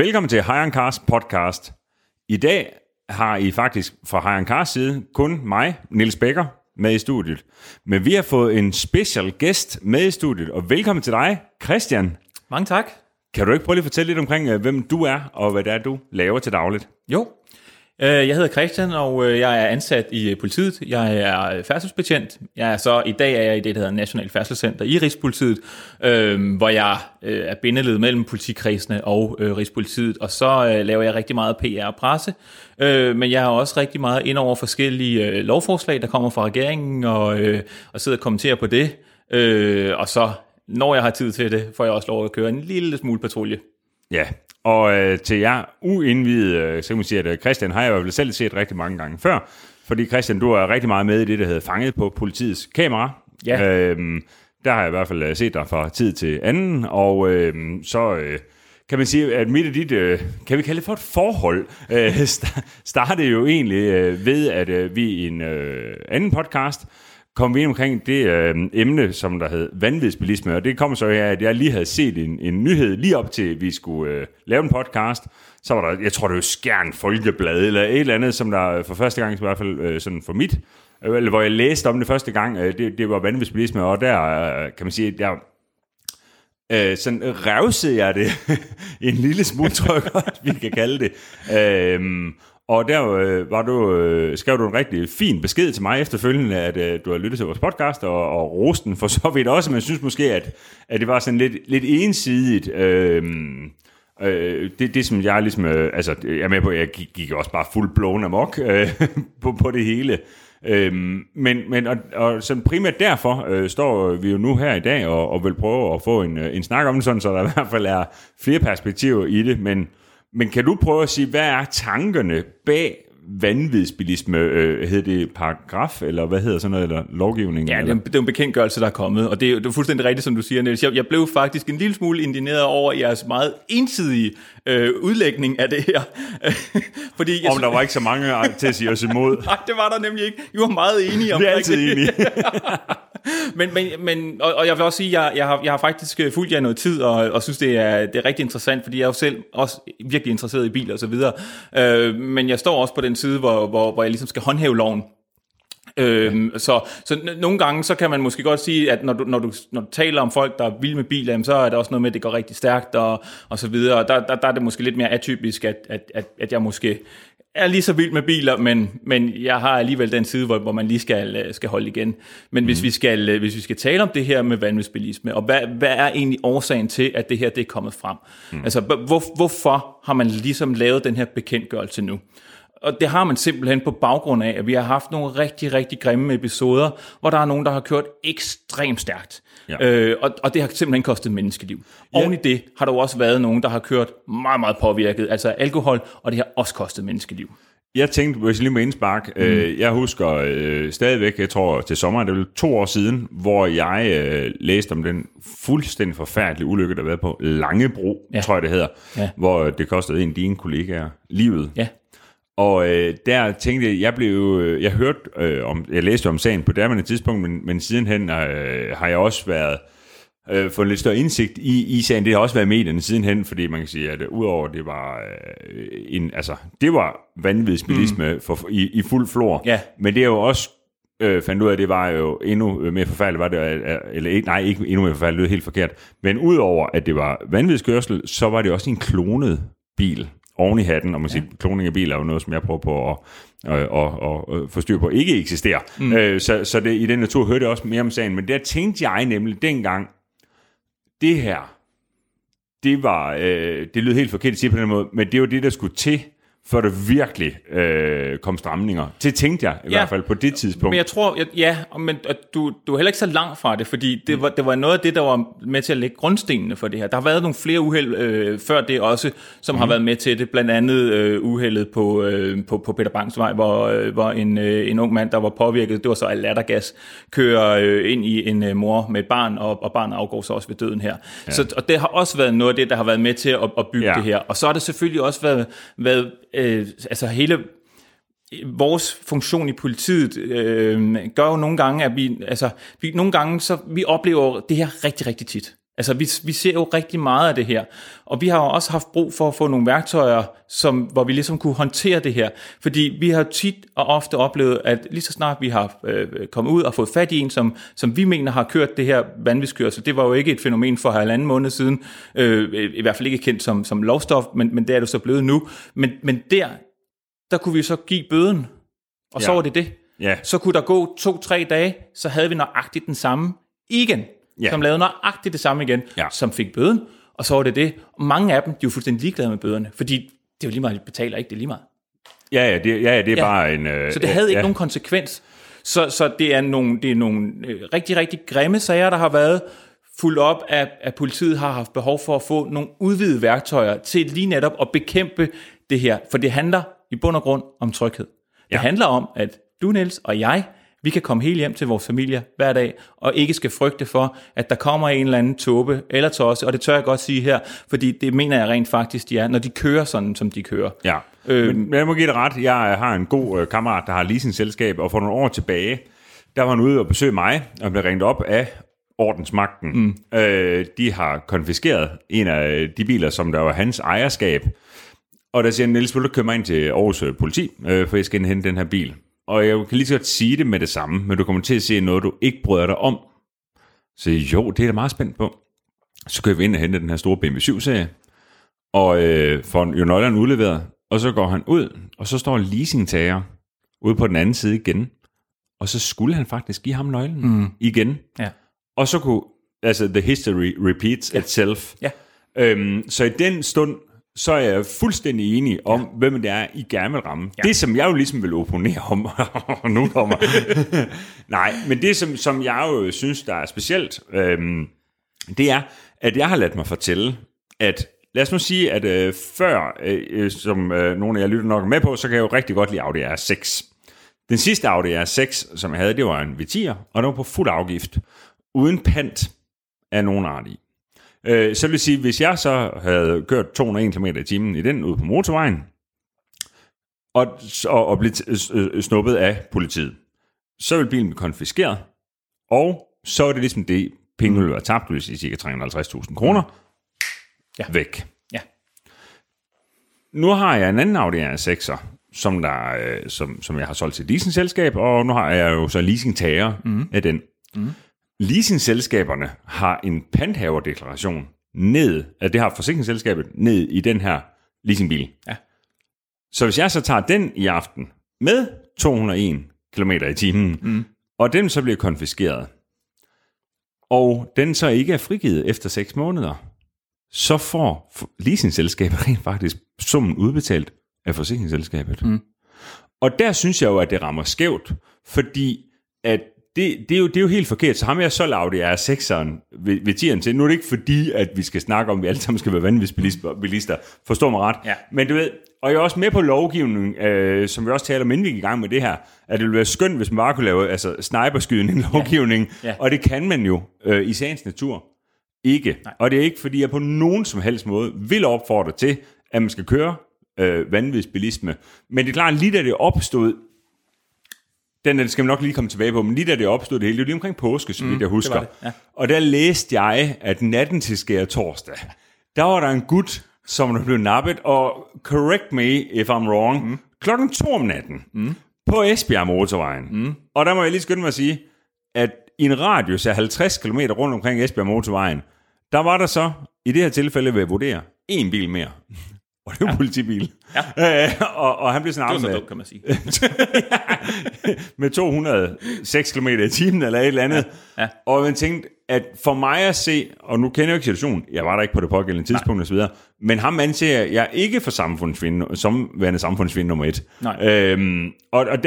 Velkommen til Hire & Cars podcast. I dag har I faktisk fra Hire & Cars side kun mig, Niels Becker, med i studiet. Men vi har fået en special gæst med i studiet, og velkommen til dig, Christian. Mange tak. Kan du ikke prøve lige at fortælle lidt omkring, hvem du er, og hvad det er, du laver til dagligt? Jo. Jeg hedder Christian, og jeg er ansat i politiet. Jeg er færdselsbetjent. I dag er jeg i det, der hedder National Færdselscenter i Rigspolitiet, hvor jeg er bindeled mellem politikredsene og Rigspolitiet. Og så laver jeg rigtig meget PR og presse. Men jeg har også rigtig meget ind over forskellige lovforslag, der kommer fra regeringen, og sidder og kommenterer på det. Og så, når jeg har tid til det, får jeg også lov at køre en lille smule patrulje. Ja, og til jer uindvidede, så kan man sige, at Christian har jeg jo selv set rigtig mange gange før, fordi Christian, du er rigtig meget med i det, der hedder Fanget på politiets kamera. Ja. Der har jeg i hvert fald set dig fra tid til anden, og så kan man sige, at mit og dit, kan vi kalde det for et forhold, startede jo egentlig ved, at vi i en anden podcast kom vi ind omkring det emne, som der hed vanvidsbilisme, og det kommer så af, at jeg lige havde set en nyhed lige op til, at vi skulle lave en podcast. Så var der, jeg tror det var Skjern Folkeblad, eller et eller andet, som der for første gang, i hvert fald sådan for mit, eller hvor jeg læste om det første gang, det var vanvidsbilisme, og der kan man sige, der sådan revsede jeg det en lille smule, tror jeg godt, vi kan kalde det. Og der skrev du en rigtig fin besked til mig efterfølgende, at du har lyttet til vores podcast, og roste den for så vidt også, men jeg synes måske, at det var sådan lidt ensidigt. Det som jeg ligesom, altså jeg er med på, jeg gik også bare full blown amok på det hele. Men sådan primært derfor står vi jo nu her i dag og vil prøve at få en snak om det, sådan, så der i hvert fald er flere perspektiver i det, men kan du prøve at sige, hvad er tankerne bag vanvidsbilisme? Hedder det paragraf, eller hvad hedder sådan noget, eller lovgivning? Ja, det er jo en bekendtgørelse, der er kommet, og det er fuldstændig rigtigt, som du siger, Niels. Jeg blev faktisk en lille smule indigneret over jeres meget ensidige udlægning af det her. Fordi der var ikke så mange til at sige os imod. Nej, det var der nemlig ikke. I var meget enige om det. Vi er altid enige. Men jeg vil også sige, at jeg har faktisk fulgt jer noget tid, og synes, det er rigtig interessant, fordi jeg er jo selv også virkelig interesseret i biler og så videre. Men jeg står også på den side, hvor jeg ligesom skal håndhæve loven. Så nogle gange, så kan man måske godt sige, at når du taler om folk, der er vilde med biler, så er der også noget med, at det går rigtig stærkt og så videre. Der er det måske lidt mere atypisk, at jeg måske er lige så vild med biler, men jeg har alligevel den side, hvor man lige skal holde igen. Men hvis vi skal tale om det her med vanvidsbilisme, og hvad er egentlig årsagen til, at det her det er kommet frem? Altså, hvorfor har man ligesom lavet den her bekendtgørelse nu? Og det har man simpelthen på baggrund af, at vi har haft nogle rigtig, rigtig grimme episoder, hvor der er nogen, der har kørt ekstremt stærkt. Ja. Og det har simpelthen kostet menneskeliv. Ja. Oven i det har der jo også været nogen, der har kørt meget, meget påvirket, altså alkohol, og det har også kostet menneskeliv. Jeg tænkte, hvis jeg lige må indspark, jeg husker stadigvæk, jeg tror til sommer, det var 2 år siden, hvor jeg læste om den fuldstændig forfærdelige ulykke, der var på Langebro, tror jeg det hedder, hvor det kostede en af dine kollegaer livet. Ja. Og der tænkte jeg jeg læste om sagen på daværende tidspunkt, men sidenhen har jeg også været fået lidt større indsigt i sagen. Det har også været medierne sidenhen, fordi man kan sige, at udover det var det var vanvidsbilisme i fuld flor, men det er jo også fandt ud af, at det var jo endnu mere forfærdeligt, var det, ikke endnu mere forfærdeligt, det er helt forkert, men udover at det var vanvidskørsel, så var det også en klonet bil oven i hatten, og man siger, kloning af biler er jo noget, som jeg prøver på at få styr på, ikke eksisterer. Så det, i den natur hørte jeg også mere om sagen, men der tænkte jeg nemlig dengang, det her, det lød helt forkert at sige på den måde, men det var det, der skulle til, før der virkelig kom stramninger. Det tænkte jeg i hvert fald på det tidspunkt. Men jeg tror, men du er heller ikke så langt fra det, fordi det var noget af det, der var med til at lægge grundstenene for det her. Der har været nogle flere uheld før det også, som har været med til det. Blandt andet uheldet på Peter Bangs Vej, hvor en ung mand, der var påvirket, det var så af lattergas, kører ind i en mor med et barn, og barnet afgår så også ved døden her. Ja. Og det har også været noget af det, der har været med til at bygge det her. Og så har det selvfølgelig også været hele vores funktion i politiet gør jo nogle gange, at vi oplever det her rigtig, rigtig tit. Altså, vi ser jo rigtig meget af det her, og vi har jo også haft brug for at få nogle værktøjer, hvor vi ligesom kunne håndtere det her. Fordi vi har tit og ofte oplevet, at lige så snart vi har kommet ud og fået fat i en, som vi mener har kørt det her vanvidskørsel, det var jo ikke et fænomen for 1,5 måned siden, i hvert fald ikke kendt som lovstof, men det er det så blevet nu. Men der kunne vi så give bøden, og så var det det. Ja. Så kunne der gå 2-3 dage, så havde vi nøjagtigt den samme igen, som lavede nøjagtigt det samme igen, som fik bøden, og så var det det. Og mange af dem, de er jo fuldstændig ligeglade med bøderne, fordi det er jo lige meget, de betaler ikke, det er lige meget. Det er bare en... så det havde ikke nogen konsekvens. Så det er nogle rigtig, rigtig grimme sager, der har været fuldt op af, at politiet har haft behov for at få nogle udvidede værktøjer til lige netop at bekæmpe det her. For det handler i bund og grund om tryghed. Det handler om, at du, Niels, og jeg, vi kan komme helt hjem til vores familie hver dag, og ikke skal frygte for, at der kommer en eller anden tåbe eller tosse, og det tør jeg godt sige her, fordi det mener jeg rent faktisk, de er, når de kører sådan, som de kører. Ja, men jeg må give det ret. Jeg har en god kammerat, der har leasingselskab, og for nogle år tilbage, der var han ude og besøge mig, og blev ringet op af ordensmagten. De har konfiskeret en af de biler, som der var hans ejerskab, og der siger han, Niels, vil du køre mig ind til Aarhus politi, for jeg skal hente den her bil. Og jeg kan lige så godt sige det med det samme, men du kommer til at se noget, du ikke bryder dig om. Så jo, det er jeg meget spændt på. Så kører vi ind og henter den her store BMW 7-serie, og får jo nøglerne udleveret, og så går han ud, og så står leasingtager ude på den anden side igen, og så skulle han faktisk give ham nøglen igen. Ja. Og så kunne, altså the history repeats itself. Ja. Så i den stund, så er jeg fuldstændig enig om, hvem det er, I gerne vil ramme. Ja. Det, som jeg jo ligesom vil opponere om, og nu kommer... Nej, men det, som jeg jo synes, der er specielt, det er, at jeg har ladt mig fortælle, at lad os nu sige, at før, som nogle af jer lytter nok med på, så kan jeg jo rigtig godt lide Audi R6. Den sidste Audi R6, som jeg havde, det var en V10'er, og den var på fuld afgift, uden pant af nogen art i. Så vil jeg sige, hvis jeg så havde kørt 201 km i timen i den ude på motorvejen, og blev snuppet af politiet, så vil bilen blive konfiskeret, og så er det ligesom det, penge vil være tabt, det vil sige cirka 350.000 kroner, væk. Ja. Nu har jeg en anden Audi R6'er, som jeg har solgt til et leasingselskab, og nu har jeg jo så leasingtager af den. Leasingselskaberne har en panthaverdeklaration det har forsikringsselskabet ned i den her leasingbil. Ja. Så hvis jeg så tager den i aften med 201 km i timen, og den så bliver konfiskeret, og den så ikke er frigivet efter 6 måneder, så får leasingselskabet rent faktisk summen udbetalt af forsikringsselskabet. Og der synes jeg jo, at det rammer skævt, fordi at det er jo helt forkert. Så ham jeg så Audi R6'eren ved tieren til. Nu er det ikke fordi, at vi skal snakke om, at vi alle sammen skal være vanvidsbilister. Forstår mig ret. Ja. Men du ved, og jeg er også med på lovgivning, som vi også taler om, inden vi gik i gang med det her, at det ville være skønt, hvis man bare kunne lave sniperskydning lovgivning. Ja. Og det kan man jo i sagens natur ikke. Nej. Og det er ikke, fordi jeg på nogen som helst måde vil opfordre til, at man skal køre vanvidsbilisme. Men det er klart, lige da det opstod, den skal man nok lige komme tilbage på, men lige da det opstod det hele, det var lige omkring påske, så vidt jeg husker. Det. Ja. Og der læste jeg, at natten til skære torsdag, der var der en gut, som der blev nappet, og correct me if I'm wrong, 2:00 om natten, på Esbjerg Motorvejen. Og der må jeg lige skynde mig at sige, at i en radius af 50 km rundt omkring Esbjerg Motorvejen, der var der så, i det her tilfælde vil jeg vurdere, 1 bil mere. Og det var en politibil. Ja. Og han blev sådan det var så dumt, kan man sige. med 206 km i timen eller et eller andet. Ja. Og man tænkte, at for mig at se, og nu kender jeg ikke situationen, jeg var der ikke på det pågældende tidspunkt og så videre, men ham anser jeg ikke for samfundsvinde, som værende samfundsvinde nummer 1. Og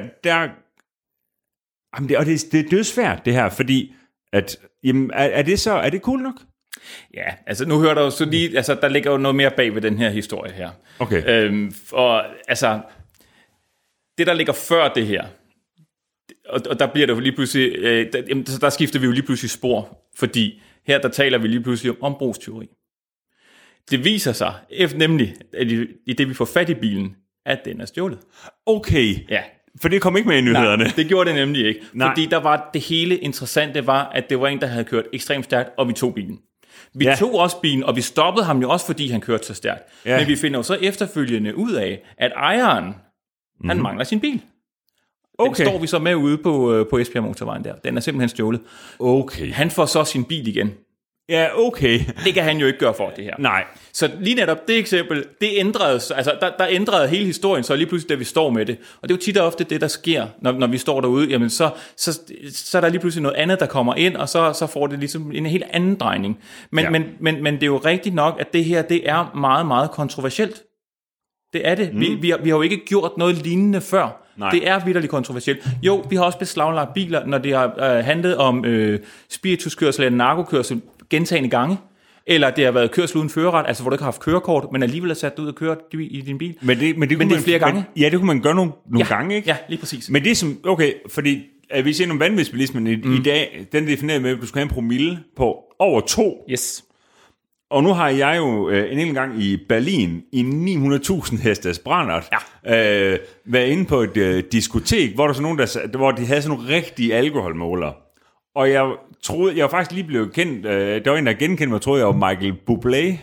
det er dødsvært det her, fordi at, jamen, er det cool nok? Ja, altså nu hører der jo så lige, altså der ligger jo noget mere bag ved den her historie her. Okay. Og altså, det der ligger før det her, og der bliver det jo lige pludselig, der skifter vi jo lige pludselig spor, fordi her der taler vi lige pludselig om brugstyveri. Det viser sig, nemlig, at i det vi får fat i bilen, at den er stjålet. Okay. Ja. For det kom ikke med i nyhederne. Nej, det gjorde det nemlig ikke. Nej. Fordi der var det hele interessante var, at det var en, der havde kørt ekstremt stærkt, og vi tog bilen. Vi tog også bilen, og vi stoppede ham jo også, fordi han kørte så stærkt. Ja. Men vi finder jo så efterfølgende ud af, at ejeren, han mangler sin bil. Den står vi så med ude på Esbjerg Motorvejen der. Den er simpelthen stjålet. Okay. Han får så sin bil igen. Ja, okay. Det kan han jo ikke gøre for, det her. Nej. Så lige netop det eksempel, det ændrede, altså der ændrede hele historien, så lige pludselig, da vi står med det. Og det er jo tit og ofte det, der sker, når vi står derude, jamen så er der lige pludselig noget andet, der kommer ind, og så får det ligesom en helt anden drejning. Men det er jo rigtigt nok, at det her, det er meget, meget kontroversielt. Det er det. Vi har jo ikke gjort noget lignende før. Nej. Det er vitterligt kontroversielt. Jo, vi har også beslaglagt biler, når det har handlet om spirituskørsel eller narkokørsel gentagne gange. Eller det har været kørsel uden førerret, altså hvor du ikke har haft kørekort, men alligevel er sat ud og kørt i din bil. Men det er flere gange. Ja, det kunne man gøre nogle gange, ikke? Ja, lige præcis. Men det er som, okay, fordi vi ser nogle vanvidsbilismen i dag, den definerer med, at du skal have en promille på over 2. Yes. Og nu har jeg jo en enkelt gang i Berlin i 900.000 hestes brandert været inde på et diskotek, hvor der så nogen, hvor de havde sådan nogle rigtige alkoholmålere. Og jeg var faktisk lige blevet kendt, der var en, der genkendte mig, troede jeg var Michael Bublé.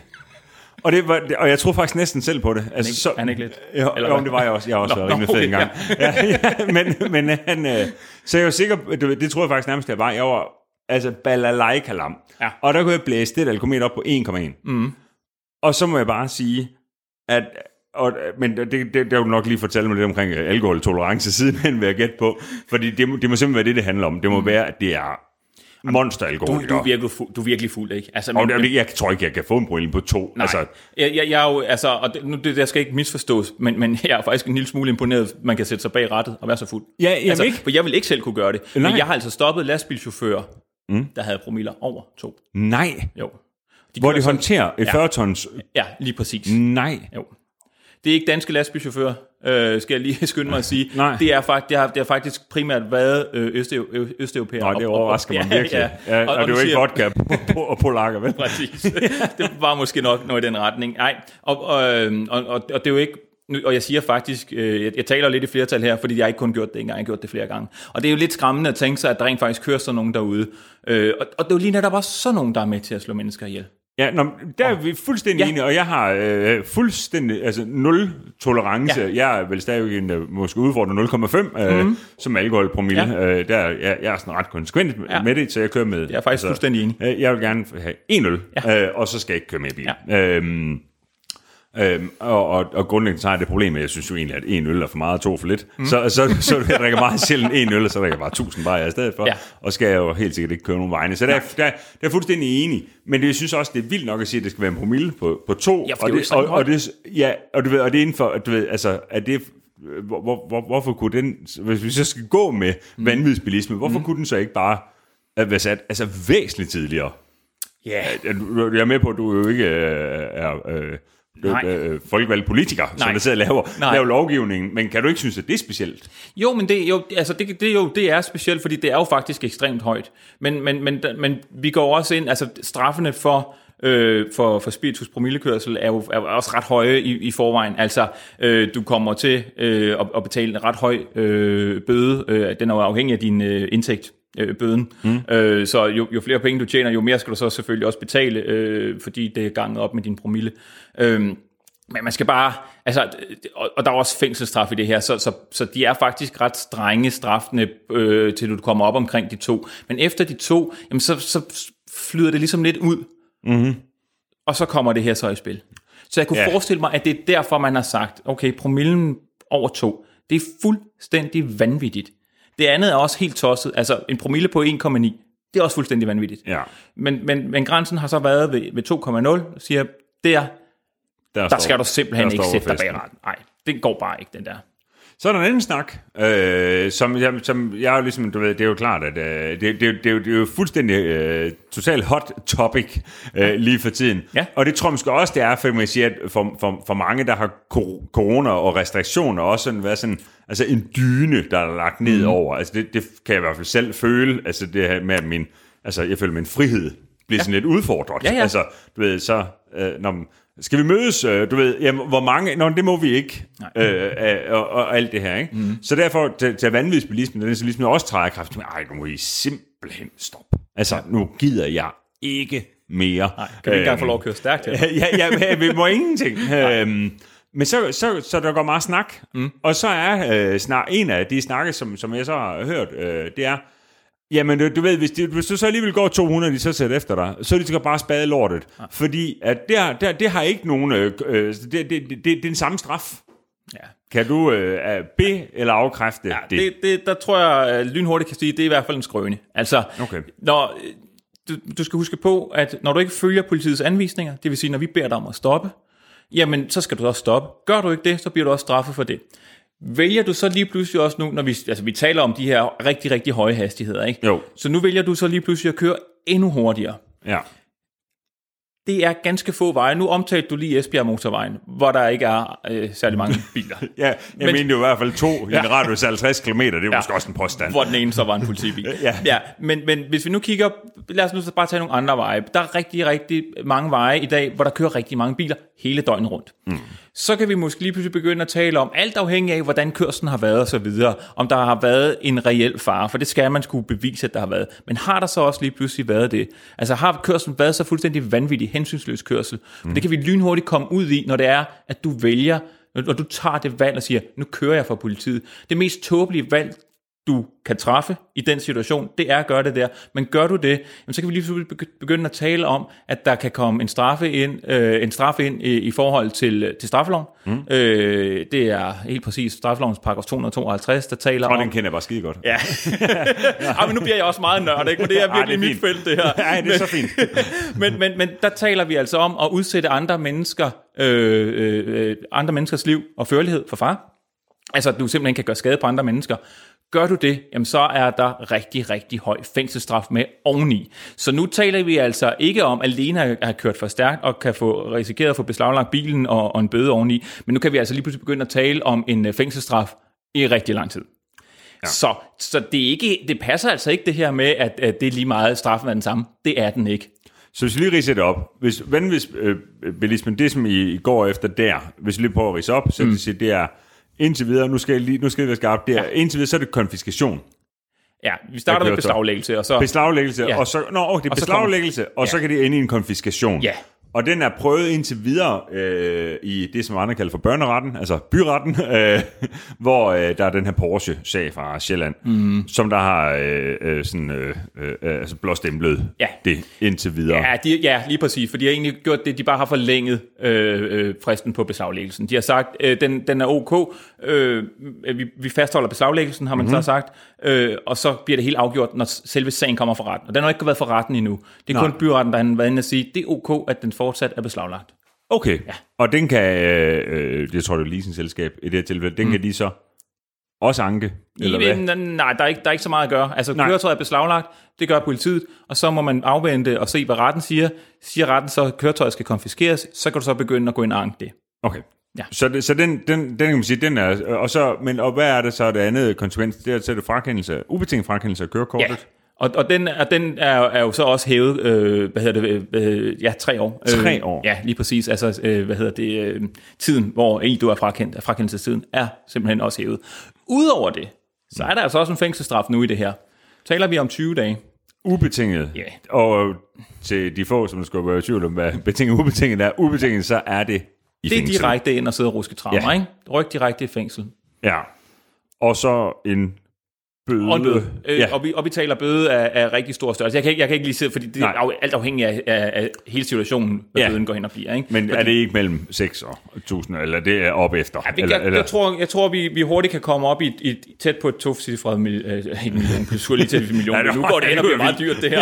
Og jeg troede faktisk næsten selv på det. Altså, han ikke lidt? Jo, det var jeg også. Jeg har også været rimelig fed en gang. Ja, men han... så jeg var sikker, det troede jeg faktisk nærmest, jeg var. Jeg var altså balalaika-lam. Ja. Og der kunne jeg blæse det alkometer op på 1,1. Mm. Og så må jeg bare sige, at... men det er jo nok lige fortælle mig lidt omkring alkoholtolerance sidenhen, vil jeg gætte på. Fordi det må simpelthen være det handler om. Det må være, at det er monsteralkohol. Du er virkelig fuld, ikke? Altså, jeg tror ikke, jeg kan få en promille på 2. Nej. Altså, jeg er jo, altså, og det der skal ikke misforstås, men jeg er faktisk en lille smule imponeret, man kan sætte sig bag rattet og være så fuld. Ja, altså, ikke. For jeg vil ikke selv kunne gøre det. Nej. Men jeg har altså stoppet lastbilchauffører, der havde promiller over 2. Nej. Jo. Hvor de håndterer et 40-tons... Ja, lige præcis. Nej. Jo. Det er ikke danske lastbilchauffører, skal jeg lige skynde mig at sige. Nej. Det har faktisk primært været østeuropæere. Nej, det overrasker mig virkelig. Ja, og det er jo ikke vodka og polakker, vel? Præcis. Det var måske nok noget i den retning. Nej, og det er jo ikke... Og jeg siger faktisk, jeg taler lidt i flertal her, fordi jeg ikke kun gjort det engang, jeg har gjort det flere gange. Og det er jo lidt skræmmende at tænke sig, at der rent faktisk kører sådan nogen derude. Og det er jo lige netop også sådan nogen, der er med til at slå mennesker ihjel. Ja, der er vi fuldstændig enige, og jeg har fuldstændig, altså 0 tolerance. Ja. Jeg er vel stadig måske udfordret 0,5 som alkoholpromille. Ja. Jeg er sådan ret konsekvent med det, så jeg kører med... Jeg er faktisk fuldstændig enig. Jeg vil gerne have 1 øl, og så skal jeg ikke køre med i bil. Ja. Og grundlæggende så er det problem, at jeg synes jo egentlig, at 1 øl er for meget og 2 for lidt. Så jeg drikker meget sjældent 1 øl, og så drikker jeg bare 1000 bajer i stedet for. Ja. Og skal jeg jo helt sikkert ikke køre nogen vegne. Så der er fuldstændig enig. Men jeg synes også, det er vildt nok at sige, at det skal være en promille på 2. Ja, og det er inden for, du ved, altså, er det... Hvorfor kunne den... Hvis vi så skal gå med vanvidsbilisme, hvorfor kunne den så ikke bare være sat væsentligt tidligere? Ja. Jeg er med på, at du jo ikke folkevalgte politikere, som der sidder og laver lovgivningen, men kan du ikke synes, at det er specielt? Jo, men det er specielt, fordi det er jo faktisk ekstremt højt. Men vi går også ind, altså straffene for spiritus promillekørsel er jo også ret høje i forvejen. Altså, du kommer til at betale en ret høj bøde. Den er jo afhængig af din indtægt. Bøden. Så jo flere penge du tjener, jo mere skal du så selvfølgelig også betale, fordi det er ganget op med din promille. Men man skal bare, altså, og der er også fængselsstraf i det her, så de er faktisk ret strenge straffene, til du kommer op omkring de 2. Men efter de 2, jamen så flyder det ligesom lidt ud, og så kommer det her så i spil. Så jeg kunne forestille mig, at det er derfor, man har sagt, okay, promillen over 2, det er fuldstændig vanvittigt. Det andet er også helt tosset. Altså en promille på 1,9, det er også fuldstændig vanvittigt. Ja. Men grænsen har så været ved 2,0, siger der skal du simpelthen ikke sætte dig bag retten. Nej, det går bare ikke, den der. Så er der en anden snak, som jeg ligesom, du ved, det er jo klart, at det er jo fuldstændig totalt hot topic lige for tiden. Ja. Og det tror jeg måske også, det er, for man siger, at for mange, der har corona og restriktioner, også sådan været sådan, altså en dyne, der er lagt ned over. Altså det kan jeg i hvert fald selv føle, altså det her med, at jeg føler min frihed bliver sådan lidt udfordret. Ja. Altså, du ved, så skal vi mødes, du ved, jamen, hvor mange, det må vi ikke, og alt det her, ikke? Så derfor, til vanvidsbilismen, den er så ligesom også træder kraft, nu må I simpelthen stoppe. Altså, nu gider jeg ikke mere. Nej, kan vi ikke engang få lov at køre stærkt her? ja, vi må ingenting. Men så der går meget snak, og så er en af de snakke, som jeg så har hørt, det er, jamen du ved, hvis du så alligevel går 200, de så sætter efter dig, så er de skal bare spade lortet, fordi at det har ikke nogen, det er den samme straf. Ja. Kan du be- eller afkræfte det? Der tror jeg lynhurtigt kan sige, det er i hvert fald en skrøne. Altså, når du skal huske på, at når du ikke følger politiets anvisninger, det vil sige, når vi beder dig om at stoppe, jamen, så skal du også stoppe. Gør du ikke det, så bliver du også straffet for det. Vælger du så lige pludselig også nu, når vi taler om de her rigtig, rigtig høje hastigheder, ikke? Jo. Så nu vælger du så lige pludselig at køre endnu hurtigere. Ja. Det er ganske få veje. Nu omtalte du lige Esbjerg Motorvejen, hvor der ikke er særlig mange biler. Ja, jeg mener i hvert fald 2 i en radius af 50 km, det er måske også en påstand. Hvor den ene så var en politibil. Men hvis vi nu kigger, lad os nu så bare tage nogle andre veje. Der er rigtig, rigtig mange veje i dag, hvor der kører rigtig mange biler hele døgnet rundt. Så kan vi måske lige pludselig begynde at tale om, alt afhængig af, hvordan kørslen har været og så videre, om der har været en reel fare, for det skal man skulle bevise, at der har været. Men har der så også lige pludselig været det? Altså har kørslen været så fuldstændig vanvittig, hensynsløs kørsel? Det kan vi lynhurtigt komme ud i, når det er, at du vælger, når du tager det valg og siger, nu kører jeg for politiet. Det mest tåbelige valg, du kan træffe i den situation, det er at gøre det der. Men gør du det, jamen, så kan vi lige begynde at tale om, at der kan komme en straf ind i forhold til straffeloven. Det er helt præcis straffelovens paragraf 252, der taler om... den kender jeg bare skide godt. Ja. Men nu bliver jeg også meget nørd, ikke? For det er virkelig mit felt, det her. Ja, det er så fint. men der taler vi altså om at udsætte andre menneskers liv og førlighed for fare. Altså, at du simpelthen kan gøre skade på andre mennesker. Gør du det, jamen så er der rigtig, rigtig høj fængselsstraf med oveni. Så nu taler vi altså ikke om alene at have kørt for stærkt og kan få risikeret at få beslaglagt bilen og en bøde oveni, men nu kan vi altså lige pludselig begynde at tale om en fængselsstraf i rigtig lang tid. Ja. Så det passer altså ikke det her med, at det er lige meget straffen er den samme. Det er den ikke. Så hvis vi lige ridser det op, hvis bilismen, det som I går efter der, hvis vi lige prøver at ridse op, så det er indtil videre, nu skal vi være skarpe, det er indtil videre, så er det konfiskation. Ja, vi starter med beslaglæggelse, og så... Beslaglæggelse, og så... det er beslaglæggelse, og så kan det ende i en konfiskation. Ja. Og den er prøvet indtil videre i det, som andre kalder for børneretten, altså byretten, hvor der er den her Porsche-sag fra Sjælland, som der har blåstemplet det indtil videre. Ja, lige præcis, for de har egentlig gjort det, de bare har forlænget fristen på beslaglæggelsen. De har sagt, den er ok, vi fastholder beslaglæggelsen, har man så sagt, og så bliver det helt afgjort, når selve sagen kommer for retten. Og den har ikke været for retten endnu. Det er kun byretten, der har været inde at sige, det er ok, at den fortsat er beslaglagt. Okay, og den kan, jeg tror det er leasingselskab i det her tilfælde, den kan de så også anke, eller hvad? Nej, der er ikke så meget at gøre. Altså køretøjet er beslaglagt, det gør politiet, og så må man afvente og se, hvad retten siger. Siger retten så, at køretøjet skal konfiskeres, så kan du så begynde at gå ind og anke det. Okay. Ja. Så den kan man sige, den er, og hvad er det så det andet konsekvens? Det er det frakendelse, ubetinget frakendelse af kørekortet. Ja. Og den er jo så også hævet, 3 år. 3 år? Ja, lige præcis. Altså, tiden, hvor du er frakendt, frakendelsestiden, er simpelthen også hævet. Udover det, så er der altså også en fængselsstraf nu i det her. Taler vi om 20 dage. Ubetinget. Ja. Og til de få, som skal være i tvivl om, hvad betinget ubetinget er, ubetinget, så er det i fængsel. Det er direkte ind og sidde og ruske traumer, ikke? Ryk direkte i fængsel. Ja. Og så en bøde. Og vi taler bøde af rigtig stor størrelse. Jeg kan ikke lige se, fordi det er alt afhængig af hele situationen, hvad bøden går hen og bliver. Ikke? Men er det ikke mellem 6 og 1000, eller det er op efter? Ja, jeg tror vi hurtigt kan komme op i tæt på et tocifret million. Du skulle lige til et million, men nu går det hen og bliver meget dyrt, det her.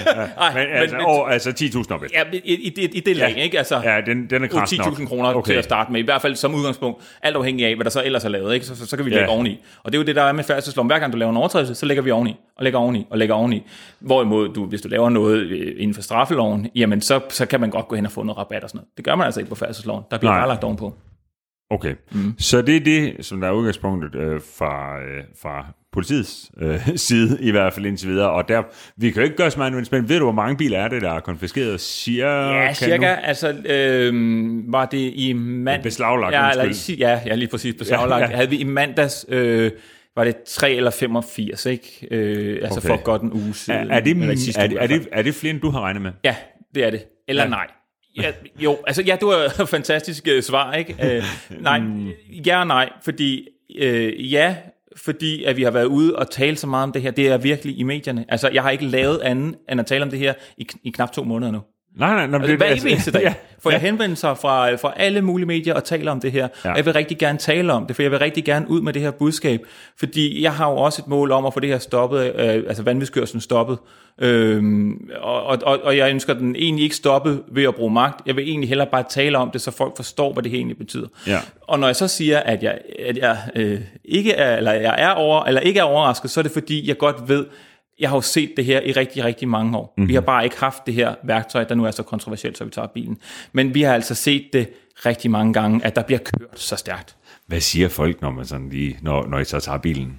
Altså 10.000 op efter. Ja, i det lag, ikke? Altså, ja, den er krass nok. 10.000 kroner til at starte med, i hvert fald som udgangspunkt, alt afhængig af, hvad der så ellers er lavet, ikke? Så kan vi lægge oveni. Og det er jo det, der er med færdselsloven. Hver gang du laver en overtrædelse, så lægger vi oveni, og lægger oveni. Hvorimod, hvis du laver noget inden for straffeloven, jamen så kan man godt gå hen og få noget rabat og sådan noget. Det gør man altså ikke på færdselsloven. Der bliver bare lagt ovenpå. Okay, så det er det, som der er udgangspunktet fra politiets side, i hvert fald indtil videre. Og der, vi kan jo ikke gøre så meget, men ved du, hvor mange biler er det, der er konfiskeret? Cirka. Altså, var det i mandags... Beslaglagt, ja, lige præcis beslaglagt. Ja. Havde vi i mandags... var det 3 eller 85, ikke? Altså for godt en uge siden. Er det flere, end du har regnet med? Ja, det er det. Eller nej. Ja, jo, altså ja, det var et fantastisk svar, ikke? Nej, ja og nej, fordi ja, fordi at vi har været ude og tale så meget om det her. Det er virkelig i medierne. Altså, jeg har ikke lavet andet end at tale om det her i knap 2 måneder nu. Nej, altså, hver eneste dag. For jeg henvender sig fra alle mulige medier og taler om det her. Ja. Og jeg vil rigtig gerne tale om det, for jeg vil rigtig gerne ud med det her budskab. Fordi jeg har jo også et mål om at få det her stoppet, altså vanvidskørslen stoppet. Og jeg ønsker den egentlig ikke stoppet ved at bruge magt. Jeg vil egentlig hellere bare tale om det, så folk forstår, hvad det her egentlig betyder. Ja. Og når jeg så siger, at jeg ikke er overrasket, så er det fordi, jeg godt ved, jeg har jo set det her i rigtig, rigtig mange år. Mm-hmm. Vi har bare ikke haft det her værktøj, der nu er så kontroversielt, så vi tager bilen. Men vi har altså set det rigtig mange gange, at der bliver kørt så stærkt. Hvad siger folk, når man sådan lige, når I så tager bilen?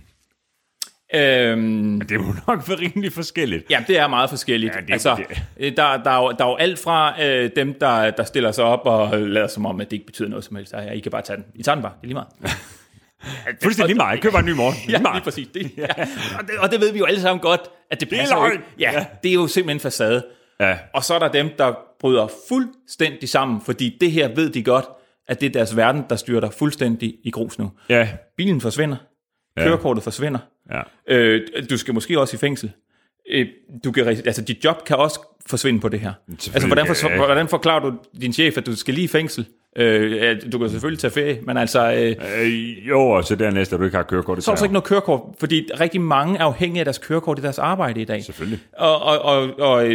Det må nok være rimelig forskelligt. Ja, det er meget forskelligt. Ja, der er jo alt fra dem, der stiller sig op og lader som om, at det ikke betyder noget som helst. I kan bare tage den. I tager den bare, det er lige meget. Fuldstændig lige meget. Jeg køber bare en ny morgen. Ja, lige præcis. Og det ved vi jo alle sammen godt, at det passer ikke. Ja, det er jo simpelthen facade. Ja. Og så er der dem, der bryder fuldstændig sammen, fordi det her ved de godt, at det er deres verden, der styrter fuldstændig i grus nu. Ja. Bilen forsvinder. Kørekortet forsvinder. Ja. Du skal måske også i fængsel. Dit job kan også forsvinde på det her. Altså, hvordan forklarer du din chef, at du skal lige i fængsel? Du kan selvfølgelig tage ferie, men altså... Jo, og så dernæst, at du ikke har kørekort. Så er der ikke noget kørekort, fordi rigtig mange er afhængige af deres kørekort i deres arbejde i dag. Selvfølgelig. Og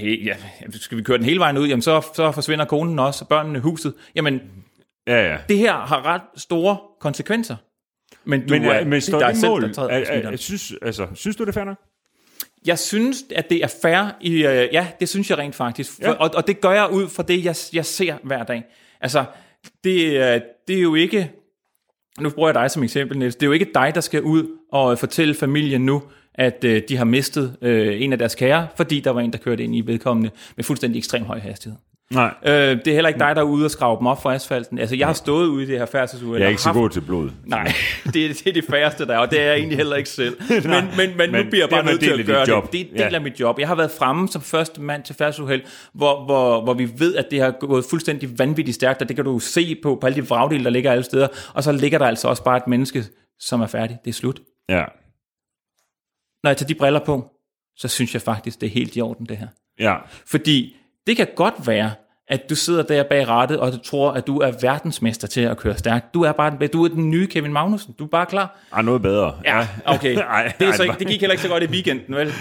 skal vi køre den hele vejen ud, jamen så forsvinder konen også, og børnene, huset. Jamen, det her har ret store konsekvenser. Men står det mål? Synes du, det er fair nok? Jeg synes, at det er fair. Ja, det synes jeg rent faktisk. Ja. Og det gør jeg ud fra det, jeg ser hver dag. Altså, det er jo ikke... Nu bruger jeg dig som eksempel, Niels. Det er jo ikke dig, der skal ud og fortælle familien nu, at de har mistet en af deres kære, fordi der var en, der kørte ind i vedkommende med fuldstændig ekstrem høj hastighed. Nej. Det er heller ikke dig, der er ude og skrave dem op fra asfalten. Altså, jeg har stået ude i det her færdselsuheld. Jeg er ikke så god til blod. Nej, det er det færreste, der er, og det er jeg egentlig heller ikke selv. Men nu bliver jeg bare nødt til at gøre det. Det er en del af mit job. Jeg har været fremme som første mand til færdselsuheld, hvor vi ved, at det har gået fuldstændig vanvittigt stærkt, og det kan du se på alle de vragdele, der ligger alle steder. Og så ligger der altså også bare et menneske, som er færdig. Det er slut. Ja. Når jeg tager de briller på, så synes jeg faktisk, det er helt i orden, det her. Ja. Fordi det kan godt være, at du sidder der bag rattet, og du tror, at du er verdensmester til at køre stærkt. Du er den nye Kevin Magnussen. Du er bare klar. Noget bedre. Ja, okay. Det gik heller ikke så godt i weekenden, vel?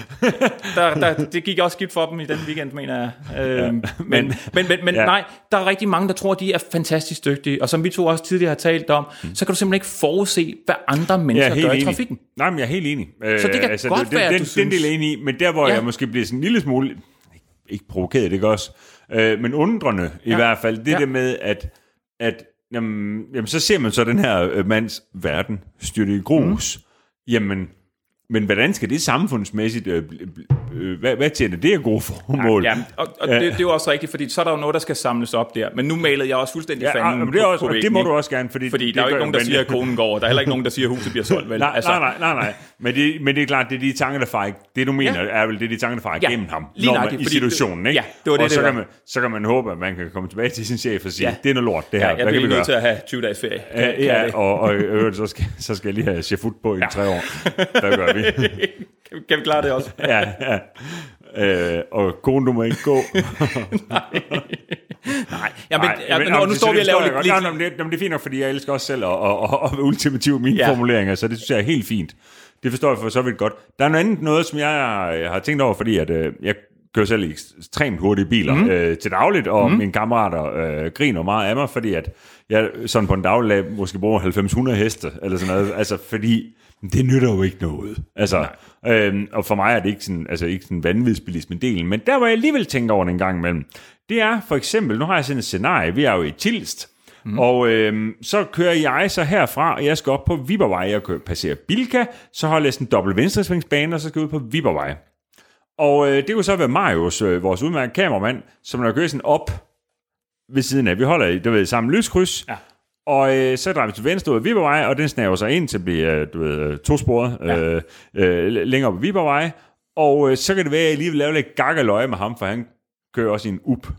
Det gik også skidt for dem i den weekend, mener jeg. Men nej, der er rigtig mange, der tror, de er fantastisk dygtige. Og som vi to også tidligere har talt om, så kan du simpelthen ikke forudse, hvad andre mennesker gør i trafikken. Nej, men jeg er helt enig. Så det kan godt være, at du synes... Den del er enig i, men der, hvor jeg måske bliver sådan en lille smule... Ikke provokeret, det gør også... men undrende i hvert fald, det der med, at jamen, så ser man så den her mands verden styrte i grus. Jamen, men hvordan skal det samfundsmæssigt, hvad tjener det af gode formål? Ja, og det er jo også rigtigt, fordi så er der jo noget, der skal samles op der. Men nu malede jeg også fuldstændig fanden på væggen. Det må du også gerne, fordi der er jo ikke nogen, der siger, at konen går over. Der er heller ikke nogen, der siger, at huset bliver solgt. Vel? Nej. Men det er klart, det er de tanker, der farer. Det du mener er vel, det er de tanker, der farer igennem ham i situationen, ikke? Ja, det var det, og så kan man håbe, at man kan komme tilbage til sin chef og sige, det er noget lort, det her. Jeg bliver nødt til at have 20 dages ferie. Ja, og så skal jeg lige have chefut på i 3 år. Der gør vi. Kan vi klare det også? Ja. Og konen, du må ikke gå. Nej. Nu står vi og laver lidt... Det er fint nok, fordi jeg elsker også selv og ultimative mine formuleringer, så det synes jeg er helt fint. Det forstår jeg for så vidt godt. Der er noget, som jeg har tænkt over, fordi at, jeg kører selv i ekstremt hurtige biler til dagligt, og mine kammerater griner meget af mig, fordi at jeg sådan på en daglig måske bruger 900 heste, eller sådan noget, altså fordi det nytter jo ikke noget. Altså, og for mig er det ikke sådan vanvidsbilisme-delen, men der var jeg alligevel tænkt over det en gang imellem. Det er for eksempel, nu har jeg sådan et scenarie, vi er jo i Tilst, og så kører jeg så herfra, og jeg skal op på Viborgvej, jeg passerer Bilka, så holder jeg sådan en dobbelt venstresvingsbane, og så skal jeg ud på Viborgvej. Og det kunne så være Marius, vores udmærkede kameramand, som der kører sådan op ved siden af. Vi holder i samme lyskryds, og så drejer vi til venstre ud af Viborgvej, og den snaver sig ind til at blive tosporet længere på Viborgvej. Og så kan det være, at jeg lige vil lave lidt gakkeløje med ham, for han kører også i en up.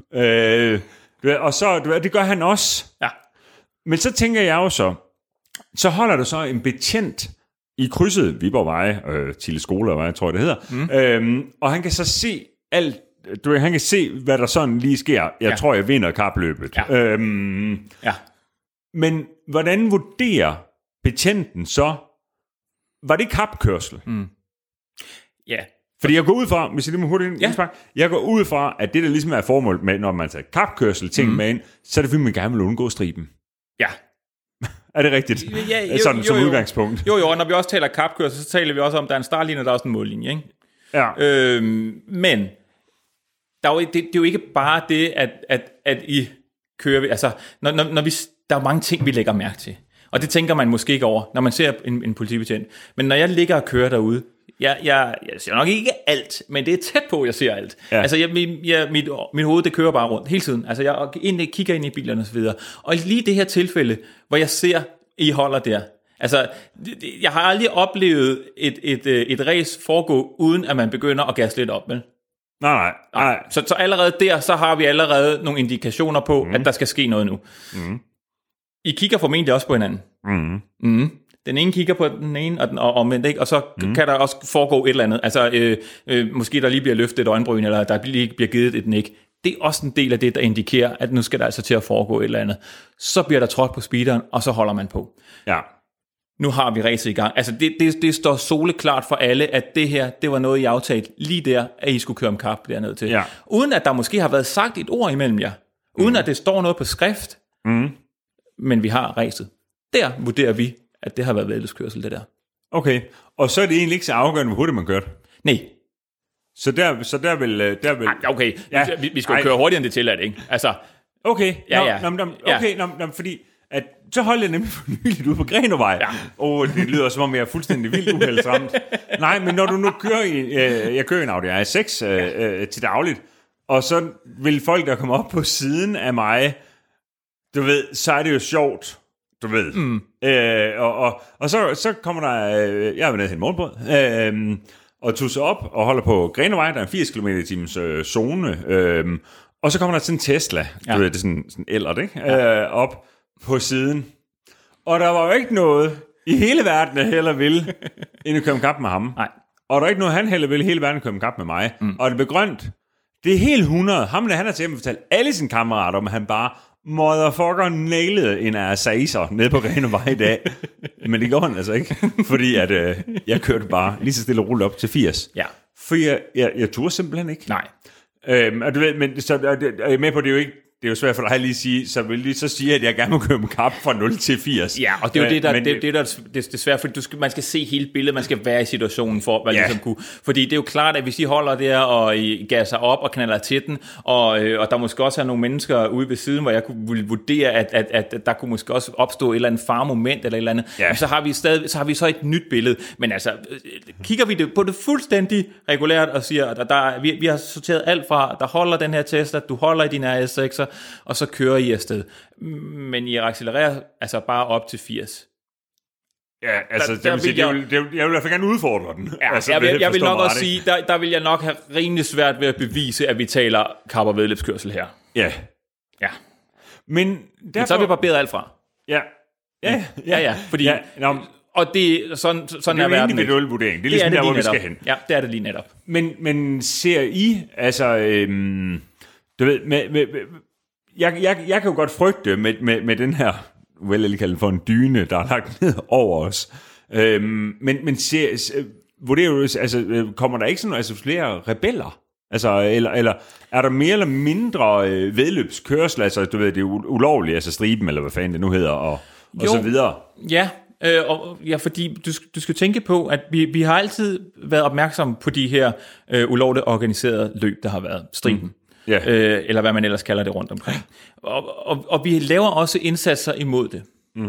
Og så, det gør han også. Ja. Men så tænker jeg jo så holder der så en betjent i krydset Viborgvej, Tille Skolevej, tror jeg det hedder. Og han kan så se alt, han kan se, hvad der sådan lige sker. Jeg tror, jeg vinder kapløbet. Ja. Ja. Men hvordan vurderer betjenten så, var det kapkørsel? Ja. Fordi jeg går ud fra, hvis jeg lige må hurtigt jeg går ud fra, at det der ligesom er formål med, når man tager kapkørsel ting med ind, så er det fordi, man gerne vil undgå striben. Ja. Er det rigtigt? Ja, sådan som udgangspunkt. Jo, og når vi også taler kapkørsel, så taler vi også om, at der er en startlinje, og der er også en mållinje, ikke? Ja. Men der er jo, det er jo ikke bare det, at I kører... Altså, når vi, der er mange ting, vi lægger mærke til. Og det tænker man måske ikke over, når man ser en politibetjent. Men når jeg ligger og kører derude, jeg ser nok ikke alt, men det er tæt på, jeg ser alt. Ja. Altså, mit hoved, det kører bare rundt hele tiden. Altså, jeg kigger ind i bilerne og så videre. Og lige det her tilfælde, hvor jeg ser, I holder der. Altså, jeg har aldrig oplevet et race foregå, uden at man begynder at gasse lidt op, vel? Nej. Så allerede der, så har vi allerede nogle indikationer på, at der skal ske noget nu. I kigger formentlig også på hinanden. Den ene kigger på den ene, og omvendt, ikke? Og så kan der også foregå et eller andet. Altså, måske der lige bliver løftet et øjenbryn, eller der lige bliver givet et nik. Det er også en del af det, der indikerer, at nu skal der altså til at foregå et eller andet. Så bliver der trådt på speederen, og så holder man på. Ja. Nu har vi racet i gang. Altså, det står soleklart for alle, at det her, det var noget, I aftalte lige der, at I skulle køre om kap dernede til. Ja. Uden at der måske har været sagt et ord imellem jer. Uden at det står noget på skrift. Men vi har racet. Der vurderer vi, at det har været væddeløbskørsel, det der. Okay, og så er det egentlig ikke så afgørende, hvor hurtigt man kørte? Nej. Så der vil... Okay, ja. Vi skal jo køre hurtigere end det tilladt, ikke? Altså... Okay, ja. Fordi at, så holdt jeg nemlig for nyligt ude på Grenåvej. Ja. Det lyder som om jeg er fuldstændig vildt uheldsramt. Nej, men når du nu kører jeg kører en Audi A6 til dagligt, og så vil folk, der kommer op på siden af mig, du ved, så er det jo sjovt. Du ved. Og så kommer der... jeg er nede til en morgenbåd. Og tusser op og holder på Grenåvej. Der er en 80 km i timens zone. Og så kommer der sådan en Tesla. Du ved, det er sådan ellert, ikke? Op på siden. Og der var jo ikke noget i hele verden, der heller ville, end at køre en kap med ham. Nej. Og der er ikke noget, han heller ville i hele verden køre en kap med mig. Og det blev grønt. Det er helt 100. Ham der, han har til at fortælle alle sine kammerater om, at han bare motherfucker nailede en Asaser nede på Grenåvej i dag. Men det gjorde han altså ikke. Fordi at jeg kørte bare lige så stille og roligt op til 80. Ja. For jeg turde simpelthen ikke. Nej. Og du ved, men så er jeg med på, det er jo ikke... Det er jo svært for dig lige at sige, så vil de så sige, at jeg gerne må køre med kap fra 0 til 80. Ja, og det er jo det er svært, fordi man skal se hele billedet, man skal være i situationen for, hvad ligesom kunne. Fordi det er jo klart, at hvis I holder der, og I gasser op og knalder til den, og der måske også er nogle mennesker ude ved siden, hvor jeg kunne vurdere, at der kunne måske også opstå et eller andet faremoment, eller et eller andet, så har vi så et nyt billede. Men altså, kigger vi på det fuldstændig regulært, og siger, at vi har sorteret alt fra, der holder den her Tesla, du holder i din RS6'er, og så kører I afsted. Men I accelererer altså bare op til 80. Ja, altså, jeg vil i hvert fald gerne udfordre den. Ja, altså, jeg vil nok også sige, der vil jeg nok have rimelig svært ved at bevise, at vi taler kap- og væddeløbskørsel her. Ja. Men så har vi barberet alt fra. Ja. Fordi... Ja, og det sådan det er jo en individuel vurdering. Det er ligesom der, hvor vi skal hen. Ja, det er det lige netop. Men ser I, altså... du ved, jeg kan jo godt frygte med den her, vel jeg kalde for en dyne, der er lagt ned over os. Men vurderer du, altså, kommer der ikke sådan flere rebeller? Altså, eller er der mere eller mindre vedløbskørsel, altså du ved, det er ulovligt, altså striben, eller hvad fanden det nu hedder, og så videre? Ja. Fordi du skal tænke på, at vi har altid været opmærksomme på de her ulovligt organiserede løb, der har været striben. Eller hvad man ellers kalder det rundt omkring. Og vi laver også indsatser imod det.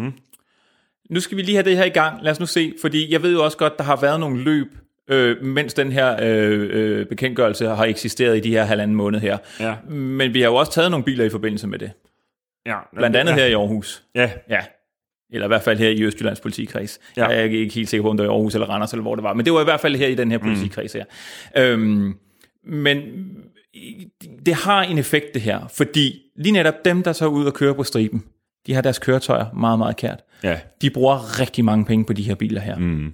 Nu skal vi lige have det her i gang. Lad os nu se, fordi jeg ved jo også godt, der har været nogle løb, mens den her bekendtgørelse har eksisteret i de her 1,5 måned her. Ja. Men vi har jo også taget nogle biler i forbindelse med det. Ja. Blandt andet her i Aarhus. Ja. Eller i hvert fald her i Østjyllands politikreds. Ja. Jeg er ikke helt sikker på, om det var i Aarhus eller Randers, eller hvor det var. Men det var i hvert fald her i den her politikreds her. Men det har en effekt det her, fordi lige netop dem, der så er ude og kører på striben, de har deres køretøjer meget, meget kært. Ja. De bruger rigtig mange penge på de her biler her.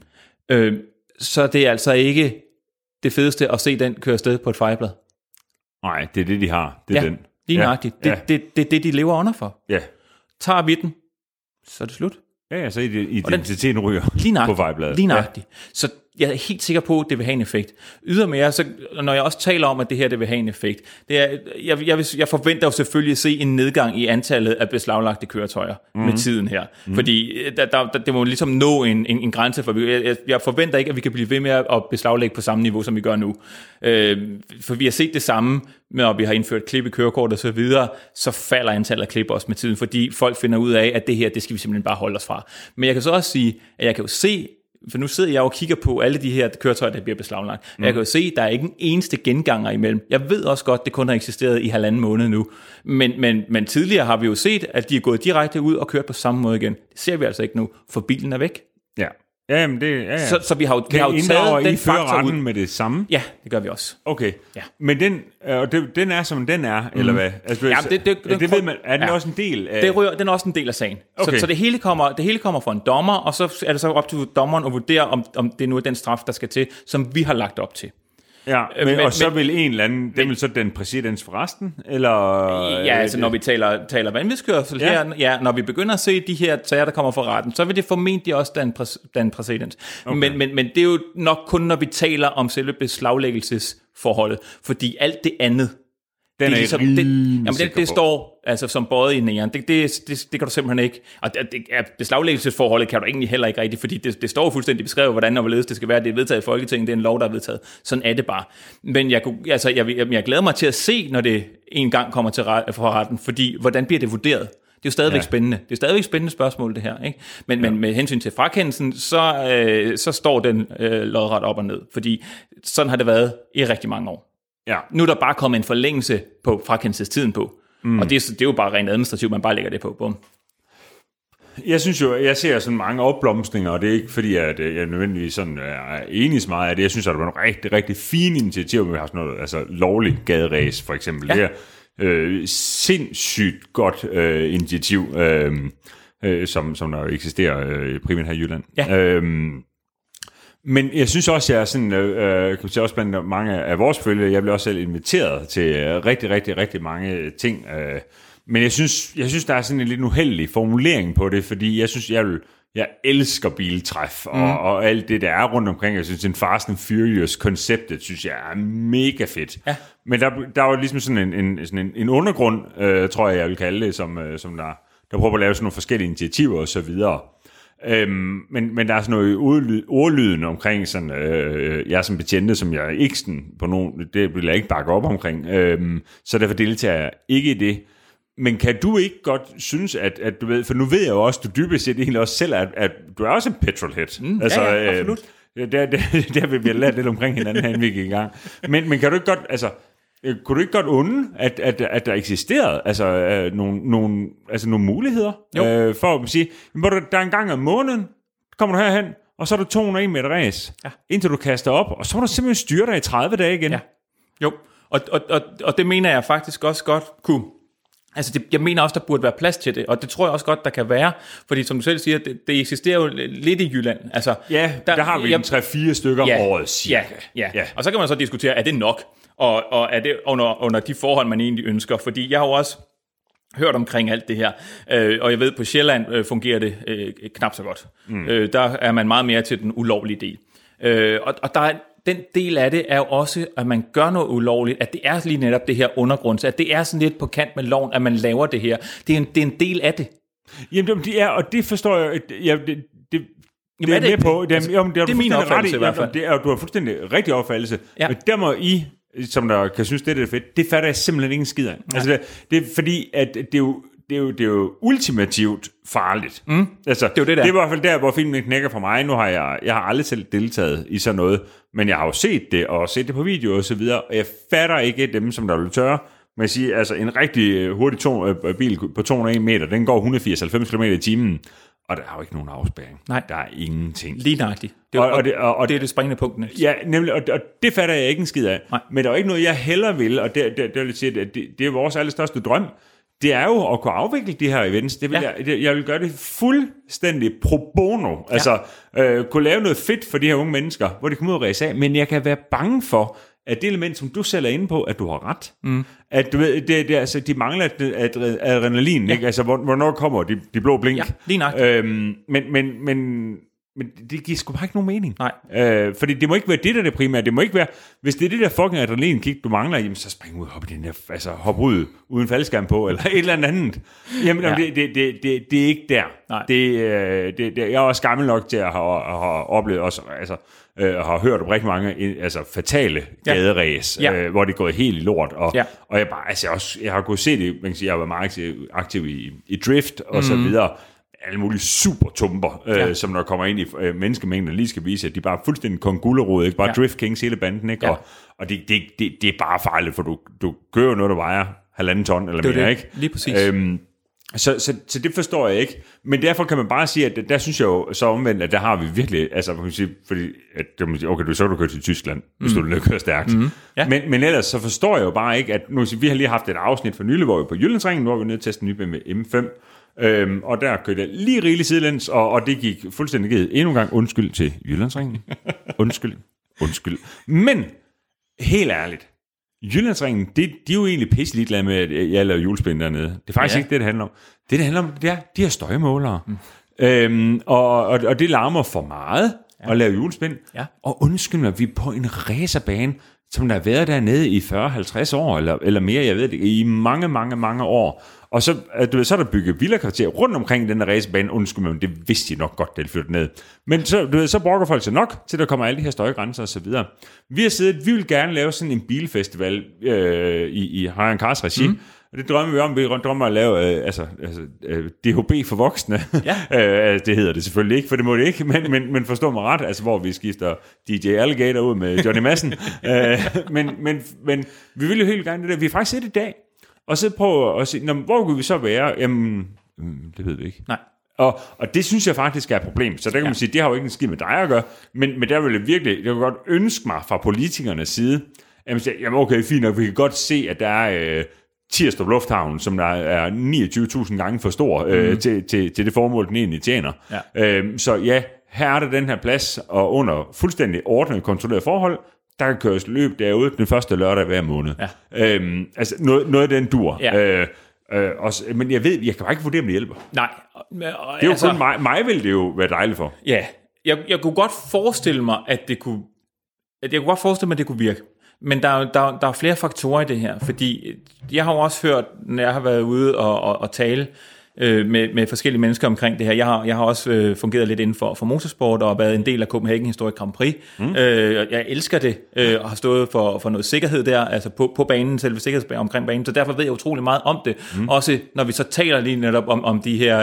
Så det er altså ikke det fedeste at se den køre afsted på et fejeblad. Nej, det er det, de har. Det er den. Lige nøjagtigt. Det er det, de lever under for. Ja. Tager vi den, så er det slut. Ja, så identiteten ryger på vejbladet. Lige nøjagtigt. Ja. Så jeg er helt sikker på, at det vil have en effekt. Ydermere, så når jeg også taler om, at det her det vil have en effekt, det er, jeg forventer jo selvfølgelig at se en nedgang i antallet af beslaglagte køretøjer med tiden her. Fordi det må ligesom nå en grænse, for jeg forventer ikke, at vi kan blive ved med at beslaglægge på samme niveau, som vi gør nu. For vi har set det samme, når vi har indført klip i kørekort og så videre, så falder antallet af klip også med tiden, fordi folk finder ud af, at det her, det skal vi simpelthen bare holde os fra. Men jeg kan så også sige, at jeg kan jo se, for nu sidder jeg og kigger på alle de her køretøjer, der bliver beslaglagt. Jeg kan jo se, at der er ikke en eneste genganger imellem. Jeg ved også godt, at det kun har eksisteret i 1,5 måned nu. Men tidligere har vi jo set, at de er gået direkte ud og kørt på samme måde igen. Det ser vi altså ikke nu, for bilen er væk. Ja. Ja, men det, ja. Så vi har jo taget den faktor ud. Med det samme? Ja, det gør vi også. Okay. Ja. Men den er, som den er, eller hvad? Altså, ja, det ved man. Er den også en del af... Den er også en del af sagen. Okay. Så det hele kommer fra en dommer, og så er det så op til dommeren at vurdere, om det nu er den straf, der skal til, som vi har lagt op til. Ja, og så vil en eller anden, det vil så den præcedens for resten, eller... Ja, altså når vi taler vanvidskørsel her, når vi begynder at se de her sager, der kommer fra retten, så vil det formentlig også danne præcedens. Okay. Men det er jo nok kun, når vi taler om selve beslaglæggelsesforholdet, fordi alt det andet, den er ligesom, det står altså som bøjet i næren. Det kan du simpelthen ikke. Og beslaglæggelsesforholdet kan du egentlig heller ikke rigtigt, fordi det står fuldstændig beskrevet, hvordan og hvorledes det skal være. Det er vedtaget i Folketinget, det er en lov, der er vedtaget. Sådan er det bare. Men jeg glæder mig til at se, når det en gang kommer til for retten, fordi hvordan bliver det vurderet? Det er jo stadigvæk spændende. Det er stadigvæk spændende spørgsmål, det her. Ikke? Men med hensyn til frakendelsen, så står den lodret op og ned, fordi sådan har det været i rigtig mange år. Ja. Nu er der bare kommet en forlængelse på frakendelsestiden på. Og det er jo bare rent administrativt, man bare lægger det på. Bum. Jeg synes jo, jeg ser sådan mange opblomstringer, og det er ikke fordi, at jeg nødvendigvis sådan er enig så meget af det. Jeg synes, at der var nogle rigtig, rigtig fine initiativer, vi har sådan noget, altså lovlig gaderæs for eksempel. Ja. Det er sindssygt godt initiativ, som der eksisterer primært her i Jylland. Ja. Men jeg synes også, jeg er sådan, kan se også blandt mange af vores følgere, jeg bliver også selv inviteret til rigtig, rigtig, rigtig mange ting. Men jeg synes, der er sådan en lidt uheldig formulering på det, fordi jeg synes, jeg elsker biltræf og alt det, der er rundt omkring. Jeg synes, en Fast and Furious-konceptet, synes jeg er mega fedt. Ja. Men der er jo ligesom sådan en undergrund, tror jeg vil kalde det, som der prøver at lave sådan nogle forskellige initiativer og så videre. Men der er sådan noget ordlyden omkring sådan, jeg som betjente, som jeg ikke sådan på nogen, det vil jeg ikke bakke op omkring, så derfor deltager jeg ikke i det. Men kan du ikke godt synes, at du ved, for nu ved jeg jo også, du dybest set egentlig også selv, at du er også en petrolhead. Altså, ja, absolut. Der vil vi have lært lidt omkring hinanden, inden vi gik i gang. Men kan du ikke godt, altså, kunne du ikke godt unde, at der eksisterede nogle muligheder for at sige, der er en gang om måneden, kommer du herhen, og så er du 201 meter ræs, indtil du kaster op, og så må du simpelthen styre dig i 30 dage igen. Ja. Jo, og det mener jeg faktisk også godt kunne. Altså, jeg mener også, der burde være plads til det, og det tror jeg også godt, der kan være, fordi som du selv siger, det eksisterer jo lidt i Jylland. Altså, ja, der har vi 3-4 stykker om året, cirka. Ja, og så kan man så diskutere, er det nok? Og er det under de forhold, man egentlig ønsker? Fordi jeg har jo også hørt omkring alt det her, og jeg ved, på Sjælland fungerer det knap så godt. Der er man meget mere til den ulovlige del. Og der er den del af det er jo også, at man gør noget ulovligt, at det er lige netop det her undergrund, at det er sådan lidt på kant med loven, at man laver det her. Det er en del af det. Jamen det er, og det forstår jeg, det er med på. Det er min opfattelse i hvert fald. Du har fuldstændig rigtig opfattelse. Ja. Men der må I, som der kan synes, det er fedt, det fatter jeg simpelthen ikke en skid af. Altså det er fordi, at det er jo ultimativt farligt. Altså, det er i hvert fald der, hvor filmen knækker for mig. Nu har jeg har aldrig selv deltaget i sådan noget, men jeg har jo set det, og set det på video og så videre, og jeg fatter ikke dem, som der vil tørre. Men jeg siger, altså en rigtig hurtig bil på 201 meter, den går 180-90 km i timen, og der er jo ikke nogen afspærring. Nej. Der er ingenting. Lige nøjagtigt. Det er det springende punkt. Ja, nemlig, og det fatter jeg ikke en skid af. Nej. Men der er jo ikke noget, jeg hellere vil, og det vil sige, at det er vores allerstørste drøm. Det er jo at kunne afvikle de her events. Det vil jeg vil gøre det fuldstændig pro bono. Altså, kunne lave noget fedt for de her unge mennesker, hvor de kommer ud og ræse af. Men jeg kan være bange for, at det element, som du selv er inde på, at du har ret. At du ved, altså, de mangler adrenalin, ikke? Altså, hvornår kommer de blå blink? Ja, lige nok. Men det giver sgu bare ikke nogen mening. Nej. Fordi det må ikke være det, der er det primære. Det må ikke være, hvis det er det der fucking adrenalinkick, du mangler, jamen så spring ud og hop ud uden faldskærm på, eller et eller andet. Jamen, det er ikke der. Nej. Jeg er også gammel nok til at have oplevet også, altså, har hørt om rigtig mange fatale gaderæs, hvor det er gået helt i lort. Og jeg bare, altså jeg har kunnet se det, man kan sige, jeg har været meget aktiv i drift og så videre. Alle mulige supertumper, som når kommer ind i menneskemængden, lige skal vise, at de bare er fuldstændig kongullerod, ikke? Bare drift kings hele banden, ikke? Og det er bare farligt, for du kører noget, der vejer 1,5 ton eller mere, ikke? Lige præcis. Så det forstår jeg ikke. Men derfor kan man bare sige, at der synes jeg jo så omvendt, at der har vi virkelig, altså man kan sige, fordi at okay, så kan du køre til Tyskland, hvis du vil køre stærkt. Men ellers så forstår jeg jo bare ikke, at nu vi har lige haft et afsnit for nylig, hvor vi på Jyllandsringen, hvor vi nødt til at teste en ny BMW M5. Og der kørte jeg lige rigeligt sidelæns, og det gik fuldstændig givet. Endnu en gang undskyld til Jyllandsringen. Undskyld. Men, helt ærligt, Jyllandsringen, de er jo egentlig pisse ligeglade med, at jeg laver julespind dernede. Det er faktisk ikke det handler om. Det handler om, det er de her støjmålere. Og det larmer for meget at lave julespind. Ja. Og undskyld mig, vi er på en racerbane, som der har været dernede i 40-50 år, eller mere, jeg ved det, i mange år. Og så, så er der bygget villakvarter rundt omkring den der racerbane. Undskyld mig, det vidste de nok godt, da de flyttede ned. Men så brokker folk sig nok, til der kommer alle de her støjgrænser og så videre. Vi vil gerne lave sådan en bilfestival i Hyundai Cars regi. Og det drømmer vi om. Vi drømmer at lave DHB for voksne. Ja. Det hedder det selvfølgelig ikke, for det må det ikke. Men forstå mig ret, altså hvor vi skifter DJ Alligator ud med Johnny Madsen. Men vi vil jo helt gerne det der. Vi er faktisk set i dag. Og så prøve at se, hvor kunne vi så være? Jamen, det ved vi ikke. Nej. Og det synes jeg faktisk er et problem. Så der kan man sige, det har jo ikke en skid med dig at gøre. Men der vil jeg kunne godt ønske mig fra politikernes side, at man siger, jamen okay, fint nok, vi kan godt se, at der er Tirstrup Lufthavn, som der er 29.000 gange for stor til det formål, den egentlig tjener. Ja. Så ja, her er der den her plads, og under fuldstændig ordnet, kontrolleret forhold, der kan køres løb derude den første lørdag hver måned. Ja. Altså noget af den dur. Ja. Men jeg kan bare ikke vurdere, om det hjælper. Nej. Det er jo kun mig vil det jo være dejligt for. Ja, jeg kunne godt forestille mig, at det kunne virke. Men der er flere faktorer i det her, fordi jeg har jo også hørt, når jeg har været ude og tale med forskellige mennesker omkring det her. Jeg har også fungeret lidt inden for motorsport og været en del af Copenhagen Historic Grand Prix. Jeg elsker det og har stået for noget sikkerhed der, altså på banen, selve sikkerhedsbanen omkring banen, så derfor ved jeg utrolig meget om det. Også når vi så taler lige netop om de her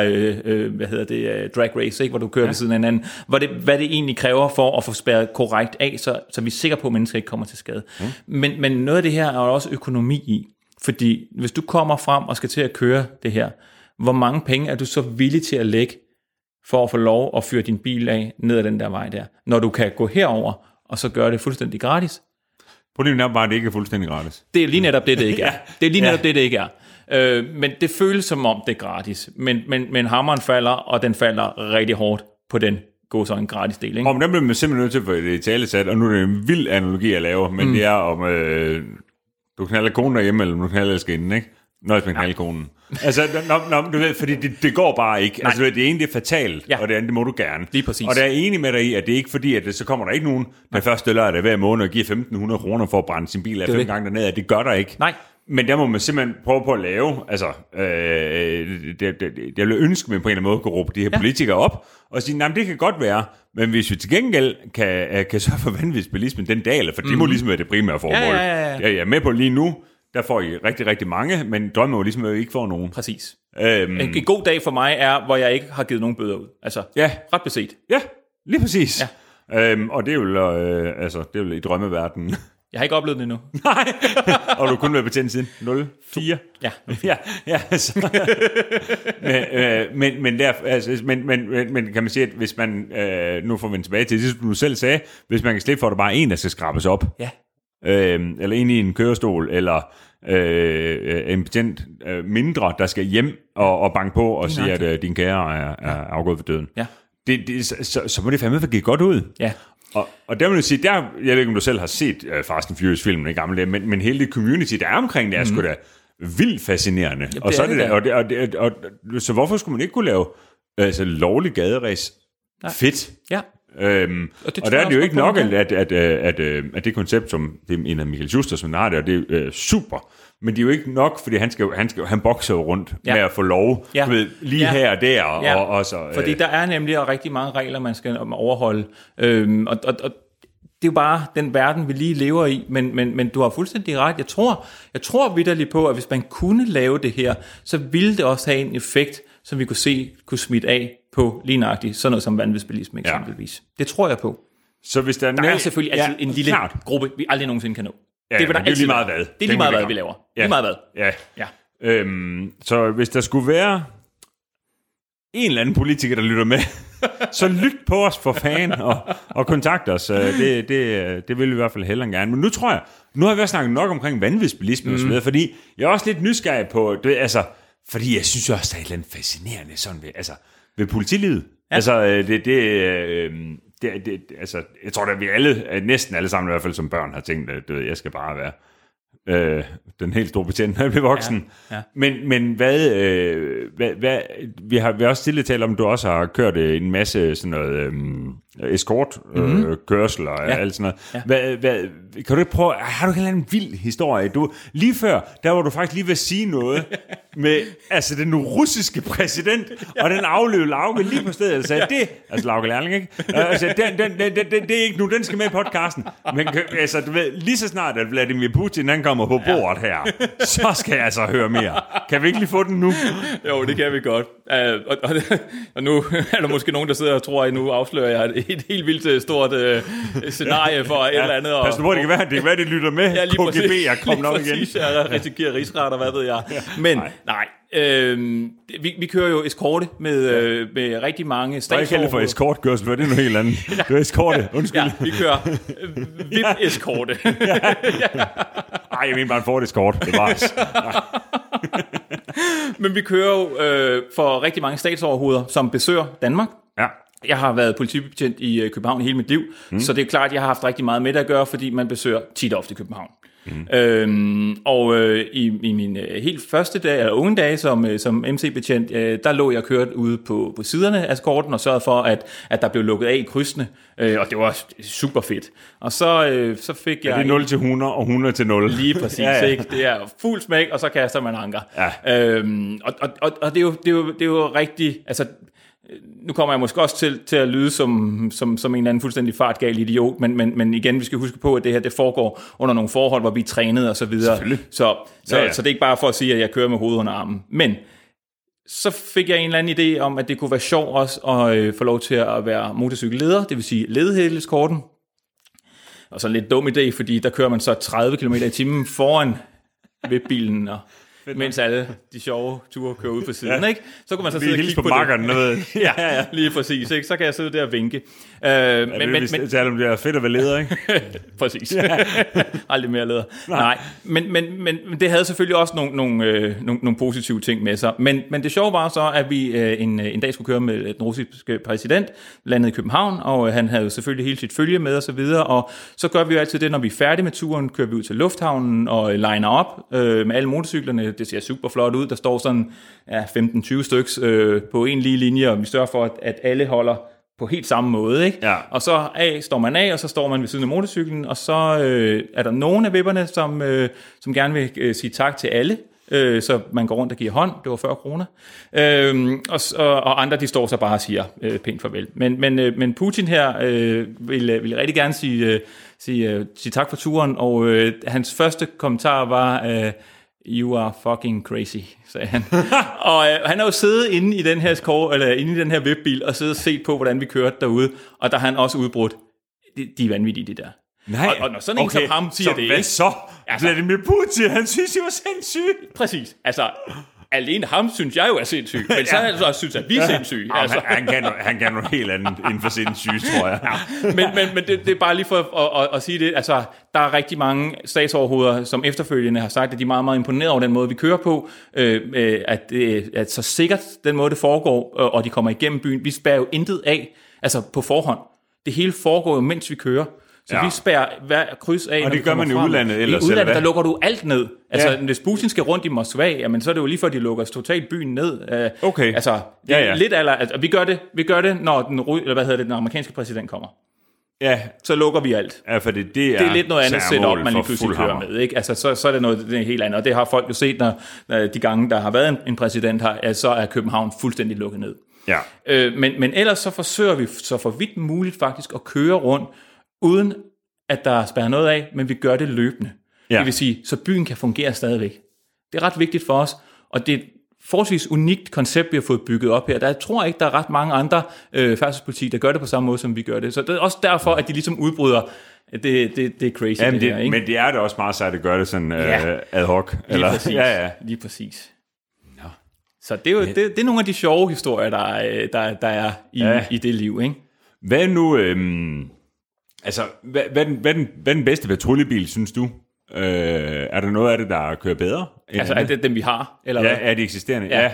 drag race, ikke, hvor du kører ved siden af hinanden, hvad det egentlig kræver for at få spærret korrekt af, så vi er sikre på, at mennesker ikke kommer til skade. Men noget af det her er også økonomi i, fordi hvis du kommer frem og skal til at køre det her, hvor mange penge er du så villig til at lægge for at få lov at fyre din bil af ned ad den der vej der, når du kan gå herover og så gøre det fuldstændig gratis? Problemet er bare, at det ikke er fuldstændig gratis. Det er lige netop det ikke er. Det er lige netop det ikke er. Men det føles som om, det er gratis. Men hammeren falder, og den falder rigtig hårdt på den gode så en gratis del. Ikke? Om den bliver man simpelthen nødt til at få det i talesat, og nu er det en vild analogi, jeg laver, men det er om, du knaller konen derhjemme, eller du knaller elskerinden, ikke? Nøjes med knaldkonen. Altså, du ved, fordi det går bare ikke. Nej. Altså, det ene, det er fatalt, og det andet, det må du gerne. Lige præcis. Og der er enig med dig i, at det er ikke fordi, at så kommer der ikke nogen, der først stiller det hver måned og giver 1.500 kroner for at brænde sin bil af 5 gange dernede. Det gør der ikke. Nej. Men der må man simpelthen prøve på at lave, altså, jeg vil ønske, at man på en eller anden måde kan råbe de her politikere op, og sige, nej, det kan godt være, men hvis vi til gengæld kan sørge for vanvidsbilismen, den daler, for det må ligesom være det primære formål. Jeg er med på lige nu, der får I rigtig, rigtig mange, men drømmer jo ligesom, at I ikke får nogen. Præcis. En god dag for mig er, hvor jeg ikke har givet nogen bøder ud. Altså, ret beset. Ja, lige præcis. Ja. Og det er jo det er jo i drømmeverdenen. Jeg har ikke oplevet det endnu. Nej, og du har kun været betjent siden 04. Ja. Ja, så. men kan man sige, at hvis man, nu får vi tilbage til det, som du selv sagde, hvis man kan slippe for, at der bare er en, der skal skrabes op, Ja. Eller ind i en kørestol, eller en betjent mindre, der skal hjem og banke på og sige, at din kære er afgået for døden. Ja. Så må det fandme få givet godt ud. Ja. Og der vil jeg sige, jeg ved ikke, om du selv har set Fast and Furious-filmen i gamle dage, men hele det community, der er omkring det, er sgu da vildt fascinerende. Ja, og så er det så hvorfor skulle man ikke kunne lave lovlig gaderæs fedt? Ja. Og der er det jo ikke nok, at det koncept, som det er en af Michael Schuster, som har det, og det er super. Men det er jo ikke nok, fordi han bokser jo rundt med at få lov, lige her og der. Og så, fordi der er nemlig rigtig mange regler, man skal overholde. Og det er jo bare den verden, vi lige lever i. Men du har fuldstændig ret. Jeg tror vitterligt på, at hvis man kunne lave det her, så ville det også have en effekt, som vi kunne smitte af på lige nøjagtigt sådan noget som vanvidsbilisme eksempelvis. Det tror jeg på. Så hvis der er selvfølgelig altid en lille gruppe, vi aldrig nogensinde kan nå. Ja, det er lige meget hvad. Det er lige meget hvad, vi laver. Ja. Lige meget hvad. Ja. Så hvis der skulle være en eller anden politiker, der lytter med, så lyt på os for fan og kontakt os. Det vil vi i hvert fald hellere gerne. Men nu tror jeg, nu har vi også snakket nok omkring vanvidsbilisme og så videre, fordi jeg er også lidt nysgerrig på det, fordi jeg synes også, der er et eller andet fascinerende sådan ved politilivet. Ja. Jeg tror da, vi næsten alle sammen i hvert fald som børn har tænkt, at jeg skal bare være den helt store betjent, når jeg bliver voksen. Ja. Men hvad vi har også tidligere talt om, du også har kørt en masse sådan noget escort-kørsel og alt sådan noget. Ja. Kan du ikke prøve, har du en eller anden vild historie? Lige før, der var du faktisk lige ved at sige noget med den russiske præsident og den afløbe Lauke lige på stedet, og sagde, Lauke Lærling, ikke? Det er ikke nu, den skal med i podcasten. Men du ved, lige så snart, at Vladimir Putin, han kommer på bordet her, så skal jeg altså høre mere. Kan vi ikke lige få den nu? Jo, det kan vi godt. Og nu er der måske nogen, der sidder og tror, at nu afslører jeg et helt vildt stort scenarie for et eller andet. Pas nu på, det kan være, det lytter med. Ja, KGB er kommet op igen. Jeg risikerer rigsret, og hvad ved jeg. Men nej. Vi kører jo eskorte med rigtig mange statsforhold. Jeg kalder det for eskortkørsel, hvad er det noget helt andet? Det er eskorte, undskyld. Ja, vi kører VIP-eskorte. Ej, jeg mener bare en Ford-eskort. Det var Men vi kører jo for rigtig mange statsoverhoveder, som besøger Danmark. Ja. Jeg har været politibetjent i København hele mit liv, så det er klart, at jeg har haft rigtig meget med det at gøre, fordi man besøger tit og ofte København. I min helt første dag, eller unge dage som MC-betjent, der lå jeg kørt ude på siderne af eskorten og sørgede for, at der blev lukket af i krydsene, og det var super fedt. Og så fik jeg... det er 0 til 100 og 100 til 0. Lige præcis, ikke? Det er fuld smæk, og så kaster man anker. Ja. Og det er jo rigtig... Nu kommer jeg måske også til at lyde som en eller anden fuldstændig fartgal idiot, men igen, vi skal huske på, at det her det foregår under nogle forhold, hvor vi er trænet og så videre. Så det er ikke bare for at sige, at jeg kører med hovedet under armen. Men så fik jeg en eller anden idé om, at det kunne være sjovt også at få lov til at være motorcykelleder, det vil sige lede hele eskorten. Og så en lidt dum idé, fordi der kører man så 30 km i timen foran VIP-bilen, og mens alle de sjove ture kører ud på siden, ikke? Så kunne man så sidde og kigge på markeren, det. Ja, lige præcis, ikke? Så kan jeg sidde der og vinke. Men tale om det er fedt at være leder, ikke? Præcis. Aldrig mere leder. Nej. Men det havde selvfølgelig også nogle positive ting med sig. Men det sjove var så, at vi en dag skulle køre med den russiske præsident, landet i København, og han havde selvfølgelig hele sit følge med og så videre, og så gør vi jo altid det, når vi er færdige med turen, kører vi ud til lufthavnen og liner op med alle motorcyklerne. Det ser super flot ud. Der står sådan 15-20 styks på en lige linje, og vi sørger for, at alle holder på helt samme måde, ikke? Ja. Og så står man af, og så står man ved siden af motorcyklen, og så er der nogle af vipperne, som gerne vil sige tak til alle, så man går rundt og giver hånd. Det var 40 kroner. Og andre, de står så bare og siger pænt farvel. Men Putin her vil rigtig gerne sige tak for turen, og hans første kommentar var... You are fucking crazy, sagde han. Og han har jo siddet inde i den her VIP-bil og siddet og set på, hvordan vi kørte derude, og der har han også udbrudt, de er vanvittige, de der. Nej. Og når sådan en som ham siger så det, hvad ikke? så? Vladimir Putin, han synes, I var sindssyg. Præcis. Altså, alene ham synes jeg jo er sindssyg, men så altså, synes at vi er sindssyge. Ja, altså. han kan noget helt andet inden for sindssyge, tror jeg. Men det er bare lige for at sige det. Altså, der er rigtig mange statsoverhoveder, som efterfølgende har sagt, at de er meget, meget imponeret over den måde, vi kører på, at så sikkert den måde, det foregår, og de kommer igennem byen. Vi spærrer jo intet af, altså på forhånd. Det hele foregår jo, mens vi kører. Så vi spærrer hver kryds af, og det gør man i udlandet ellers. I udlandet, der lukker du alt ned. Altså, hvis Putin skal rundt i Moskva, jamen, så er det jo lige før, de lukker totalt byen ned. Okay. Altså, lidt altså, vi gør det, når den amerikanske præsident kommer. Ja. Så lukker vi alt. Ja, for det er lidt noget andet setup, man lige pludselig kører med. Ikke? Altså, så er det noget helt andet. Og det har folk jo set, når de gange, der har været en præsident her, så er København fuldstændig lukket ned. Ja. Men ellers så forsøger vi så for vidt muligt faktisk at køre rundt, uden at der er spærret noget af, men vi gør det løbende. Ja. Det vil sige, så byen kan fungere stadigvæk. Det er ret vigtigt for os, og det er et forholdsvis unikt koncept, vi har fået bygget op her. Der tror ikke, der er ret mange andre færdselspoliti, der gør det på samme måde, som vi gør det. Så det er også derfor, at de ligesom udbryder, det er crazy. Jamen, det her, ikke? Men det er da også meget sejt at gøre det sådan ad hoc. Lige præcis. Ja. Lige præcis. Ja. Så det er jo det er nogle af de sjove historier, der er i det liv, ikke? Hvad nu... Altså, hvad er den bedste patruljebil, synes du? Er der noget af det, der kører bedre? Altså, er det dem, vi har? Eller ja, er de eksisterende? Ja.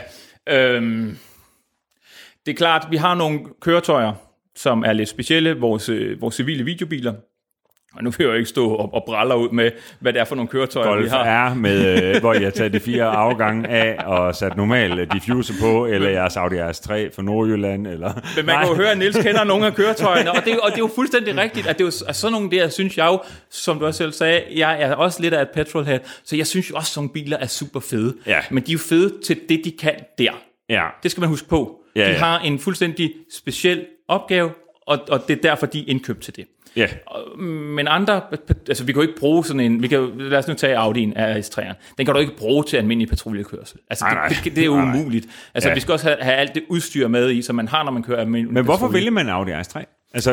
Det er klart, vi har nogle køretøjer, som er lidt specielle, vores civile videobiler. Og nu vil jeg jo ikke stå og braller ud med, hvad det er for nogle køretøjer, Golf vi har. R, med, hvor jeg har taget de 4 afgange af og sat normal diffuser på, eller jeres Audi RS3 fra Nordjylland. Eller... Men man kan jo høre, at Niels kender nogle af køretøjerne, og det er jo fuldstændig rigtigt, at det er jo sådan nogle der, synes jeg jo, som du også selv sagde, jeg er også lidt af et petrolhead, så jeg synes jo også, at sådan nogle biler er super fede. Ja. Men de er jo fede til det, de kan der. Ja. Det skal man huske på. Ja, de har en fuldstændig speciel opgave, og det er derfor, de er indkøbt til det. Ja. Men andre, altså vi kan jo ikke bruge sådan en, lad os nu tage Audi'en RS3'eren, den kan du ikke bruge til almindelig patruljekørsel. Altså det er jo umuligt. Altså vi skal også have alt det udstyr med i, som man har, når man kører almindelig. Men hvorfor vælger man Audi RS3? Altså,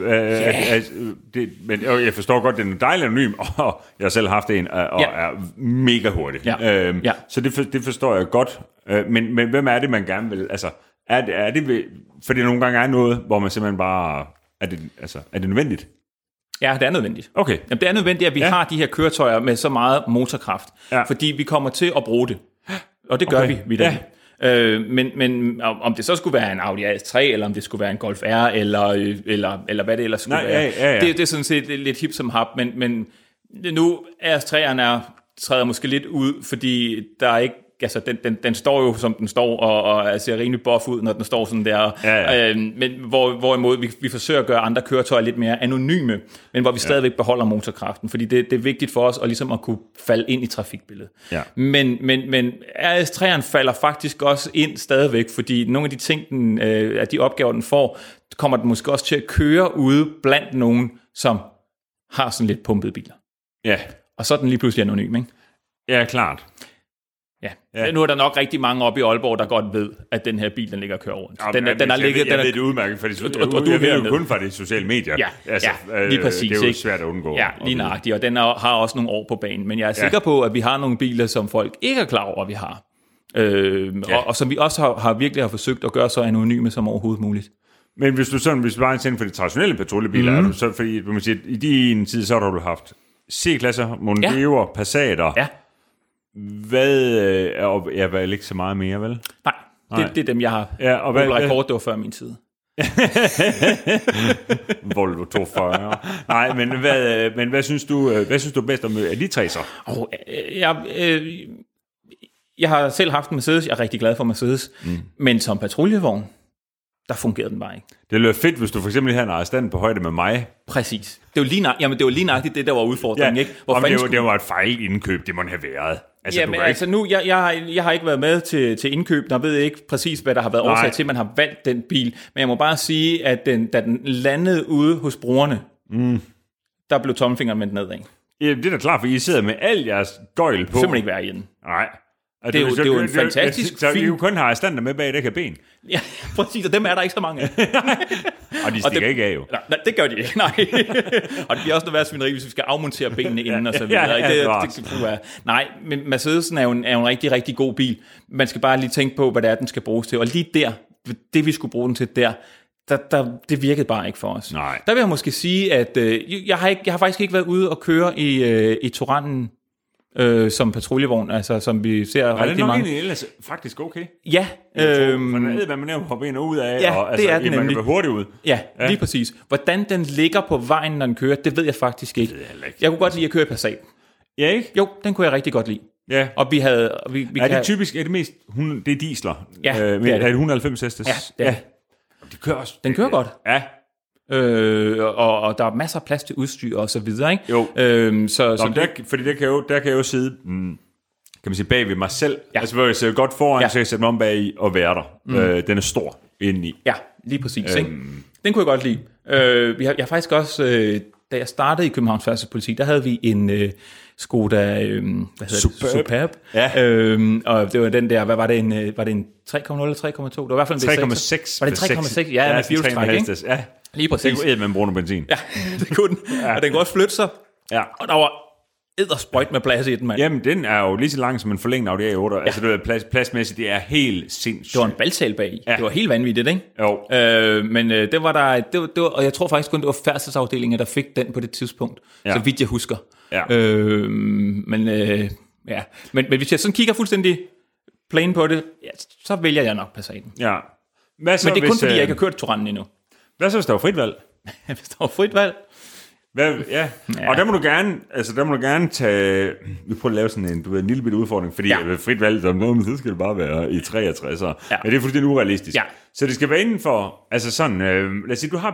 men jeg forstår godt, det er en dejlig anonym, og jeg har selv haft en, og er mega hurtig. Ja. Så det forstår jeg godt. Men hvem er det, man gerne vil? Altså, er det fordi nogle gange er noget, hvor man simpelthen bare... Er det nødvendigt? Ja, det er nødvendigt. Okay. Jamen, det er nødvendigt, at vi har de her køretøjer med så meget motorkraft, fordi vi kommer til at bruge det. Og det gør vi da. Men om det så skulle være en Audi A3, eller om det skulle være en Golf R, eller hvad det ellers skulle være. Det er sådan set lidt hip som hap, men nu RS3'eren træder måske lidt ud, fordi der er ikke, altså den står jo som den står, og ser rimelig buff ud, når den står sådan der. Men hvorimod vi forsøger at gøre andre køretøjer lidt mere anonyme, men hvor vi stadigvæk beholder motorkraften, fordi det er vigtigt for os at ligesom at kunne falde ind i trafikbilledet. Ja. Men RS3'eren falder faktisk også ind stadigvæk, fordi nogle af de ting, af de opgaver, den får, kommer den måske også til at køre ude blandt nogen, som har sådan lidt pumpede biler. Ja. Og så er den lige pludselig anonym, ikke? Ja, klart. Ja. Nu er der nok rigtig mange oppe i Aalborg, der godt ved, at den her bil, den ligger og kører rundt. Jeg ved det udmærket, for jeg ved jo kun fra de sociale medier. Lige præcis. Det er jo svært at undgå. Ja, lige nøjagtigt, og den har også nogle år på banen. Men jeg er sikker på, at vi har nogle biler, som folk ikke er klar over, at vi har. Og som vi også virkelig har forsøgt at gøre så anonyme som overhovedet muligt. Men hvis vi bare tænker for de traditionelle patruljebiler, er du så, fordi man siger, i din tid, så har du haft C-klasser, Mondeo'er, Passater. Ja. Hvad er vel ikke så meget mere, vel? Nej, det er dem, jeg har. Ja, og rekord, det var før min tid. Volvo 240. Nej, men hvad synes du er bedst om af de tre så? Jeg har selv haft en Mercedes. Jeg er rigtig glad for Mercedes. Men som patruljevogn, der fungerede den bare ikke. Det lød fedt, hvis du for eksempel havde en arrestant på højde med mig. Præcis. Det var lige nøjagtigt det, der var udfordringen, ikke? Det var et fejlindkøb, det må have været. Altså, nu, jeg har ikke været med til indkøb, og ved ikke præcis, hvad der har været årsag til, at man har valgt den bil. Men jeg må bare sige, at da den landede ude hos brugerne, der blev tommelfingeren vendt nedad. Ja, det er da klart, for I sidder med al jeres gøjl på. Simpelthen ikke være i den. Nej. Det er jo en fantastisk så film. vi jo kun har arrestanter med bag det her ben. Ja, præcis, og dem er der ikke så mange af. Og de stikker ikke af jo. Nej, det gør de ikke, nej. Og det bliver også noget værd svineri, hvis vi skal afmontere benene inden og så videre. Nej, men Mercedesen er jo en rigtig, rigtig god bil. Man skal bare lige tænke på, hvad det er, den skal bruges til. Og lige der, det vi skulle bruge den til der, det virkede bare ikke for os. Nej. Der vil jeg måske sige, at jeg har faktisk ikke været ude og køre i Touranten som patruljevogn, altså som vi ser rigtig mange. Er det nok egentlig ellers faktisk okay? Ja. Man ved, hvad man er på benene ud af, ja, og altså, det er den man nemlig. kan hurtigt ud. Ja, lige præcis. Hvordan den ligger på vejen, når den kører, det ved jeg faktisk ikke. Jeg kunne godt lide at køre i Passat. Ja, ikke? Jo, den kunne jeg rigtig godt lide. Ja. Og vi havde... det typisk, er det mest, det er diesler? Ja, det er det. Er det 190 hestes? Ja, det er. De kører også. Den kører godt. Ja. Og der er masser af plads til udstyr og så videre, ikke? Jo. Fordi der kan jeg jo sidde, kan man sige, bag ved mig selv. Ja. Altså, hvor jeg ser godt foran, så jeg sætter mig om bag i og være der. Den er stor indeni. Ja, lige præcis. Ikke? Den kunne jeg godt lide. Jeg har faktisk også, da jeg startede i Københavns Færdselspoliti, der havde vi en Skoda Superb. Ja. Og det var den der, hvad var det, var det en 3,0 eller 3,2? Det var i hvert fald en 3,6. Var det 3,6? Ja, med firehjulstræk, ikke? Ja, lige præcis. Det kunne med benzin. Ja, det kunne den. Ja. Og den kunne også flytte sig. Ja. Og der var eddersprøjt med plads i den, mand. Jamen, den er jo lige så lang som en forlænget Audi A8. Ja. Altså, det er pladsmæssigt, det er helt sindssygt. Det var en balsal bag. Ja. Det var helt vanvittigt, ikke? Jo. Men det var der, det var, og jeg tror faktisk kun, det var færdselsafdelingen, der fik den på det tidspunkt, så vidt jeg husker. Ja. Men hvis jeg sådan kigger fuldstændig plain på det, så vælger jeg nok Passaten. Ja. Men det er kun fordi, jeg ikke har kørt Touranten endnu. Hvad så, hvis der var frit valg? Hvis der var frit valg? Ja, og der må du gerne tage, vi prøver at lave sådan en lille bitte udfordring, fordi frit valg, så skal det bare være i 63'er, men det er fuldstændig urealistisk. Ja. Så det skal være inden for, altså sådan, lad os sige, du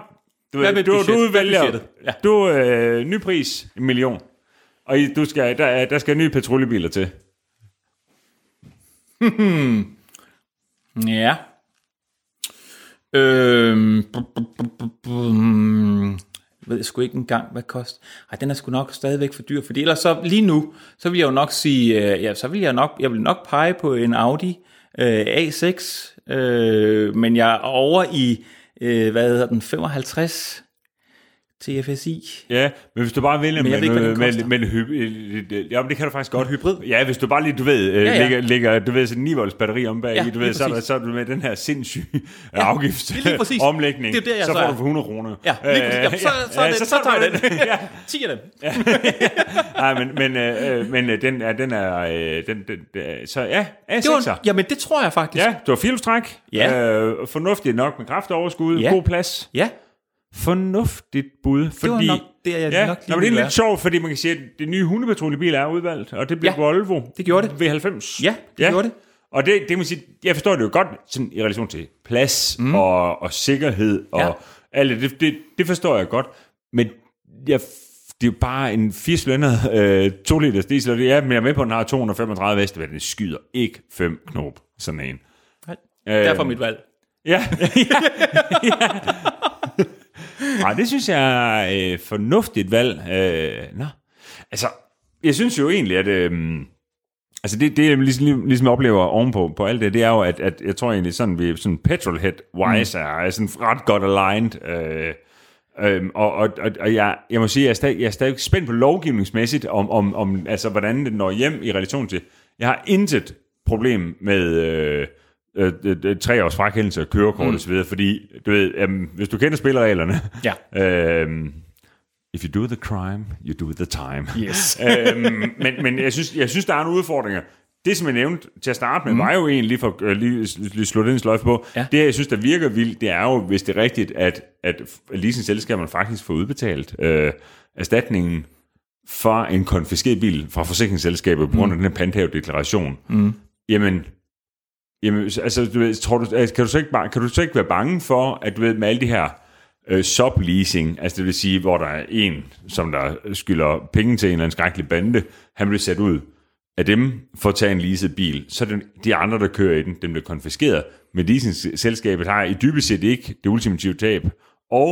udvælger, ny pris, 1 million, og der skal nye patruljebiler til. Ja. Jeg ved sgu ikke engang, hvad koster. Ej, den er sgu nok stadigvæk for dyr, fordi ellers så lige nu, så vil jeg jo nok sige, jeg vil nok pege på en Audi A6, men jeg er over i, 55 TFSI. Ja, men hvis du bare vælger med det kan du faktisk godt. Hybrid? Ja, hvis du bare lige, lægger du ved, sådan en 9 volts batteri om bag, så er du med den her sindssyge afgiftsomlægning, så får du for 100 kroner. Ja, så tager jeg den. 10 af dem. Nej, men så ja, A6'er. Jamen, det tror jeg faktisk. Ja, du har firehjulstræk. Fornuftigt nok med kraftoverskud, god plads. Ja. Fornuftigt bud, fordi det var nok det, jeg nok lige det er lidt sjovt, fordi man kan sige, at det nye hundepatruljebil er udvalgt, og det bliver Volvo. Det gjorde det. V90. Ja, det gjorde det. Og det kan man sige, jeg forstår det jo godt sådan i relation til plads og sikkerhed og alt det forstår jeg godt, men det er jo bare en 4-cylinder 2 liters diesel, og men jeg er med på, at den har 235 heste, den skyder ikke 5 knop, sådan en. Derfor mit valg. Ja. Nej, det synes jeg er fornuftigt valg. Altså, jeg synes jo egentlig, at altså det jeg ligesom oplever ovenpå på alt det, det er jo, at jeg tror egentlig sådan, vi sådan petrolhead-wise er sådan ret godt aligned. Og jeg må sige, jeg er stadig spændt på lovgivningsmæssigt, om altså, hvordan det når hjem i relation til. Jeg har intet problem med 3 års frakendelse og kørekort og så videre, fordi du ved, hvis du kender spillereglerne, if you do the crime, you do the time. Yes. Men jeg synes der er nogle udfordringer. Det som jeg nævnte til at starte med, var jo egentlig for lige slutte en sløjfe på. Det jeg synes der virker vildt, det er jo, hvis det er rigtigt, at leasingselskaberne faktisk får udbetalt erstatningen for en konfiskeret bil fra forsikringsselskabet på grund af den her panthavedeklaration. Jamen, altså, du ved, kan du så ikke være bange for, at du ved, med alle de her subleasing, altså det vil sige, hvor der er en, som der skylder penge til en eller anden skrækkelig bande, han bliver sat ud af dem for at tage en leaset bil, så de andre, der kører i den, dem bliver konfiskeret, men leasingselskabet har i dybest set ikke det ultimative tab, og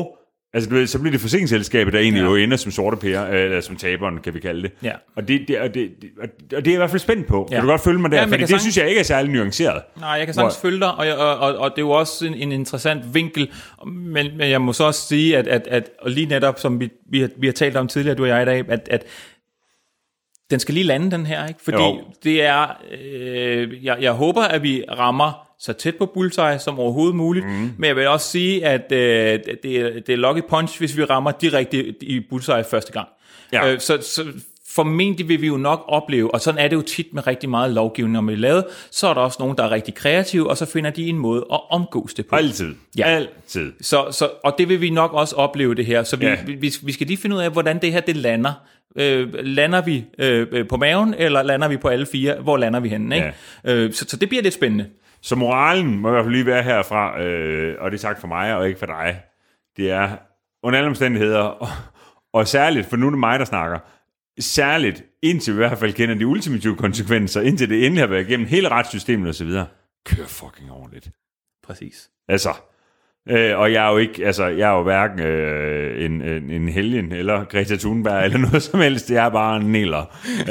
Altså, du ved, så bliver det forsikringsselskabet, der egentlig jo ender som sorte pære, eller som taberen, kan vi kalde det. Ja. Og det er jeg i hvert fald spændt på. Kan du godt følge mig der? Fordi det synes jeg ikke er særlig nuanceret. Nej, jeg kan sagtens følge dig, og det er jo også en interessant vinkel, men jeg må så også sige, at og lige netop, som vi har talt om tidligere, du og jeg i dag, at den skal lige lande, den her, ikke? Fordi det er, jeg håber, at vi rammer så tæt på bullseye som overhovedet muligt, men jeg vil også sige, at det er lucky punch, hvis vi rammer direkte i bullseye første gang. Ja. Så formentlig vil vi jo nok opleve, og sådan er det jo tit med rigtig meget lovgivning, når man er lavet, så er der også nogen, der er rigtig kreative, og så finder de en måde at omgås det på. Altid. Og det vil vi nok også opleve det her, så vi skal lige finde ud af, hvordan det her det lander. Lander vi på maven, eller lander vi på alle fire? Hvor lander vi henne? Ikke? Ja. Så det bliver lidt spændende. Så moralen må i hvert fald lige være herfra, og det er sagt for mig og ikke for dig, det er under alle omstændigheder, og særligt, for nu er det mig, der snakker, særligt indtil vi i hvert fald kender de ultimative konsekvenser, indtil det endelig har været igennem hele retssystemet og så videre, kør fucking ordentligt. Præcis. Altså, og jeg er jo ikke, jeg er jo hverken en helgen eller Greta Thunberg eller noget som helst, jeg er bare en næler.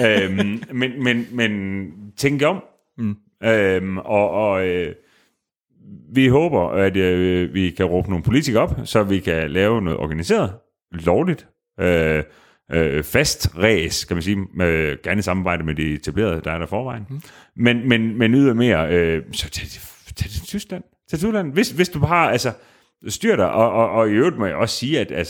Men tænk om. Vi håber, at vi kan råbe nogle politikere op, så vi kan lave noget organiseret, lovligt, fast ræs, kan man sige, gerne i samarbejde med de etablerede, der er der forvejen. Men ydermere, så tag til Tyskland. Tag til Tyskland. Hvis du har styr dig, og i øvrigt må jeg også sige, at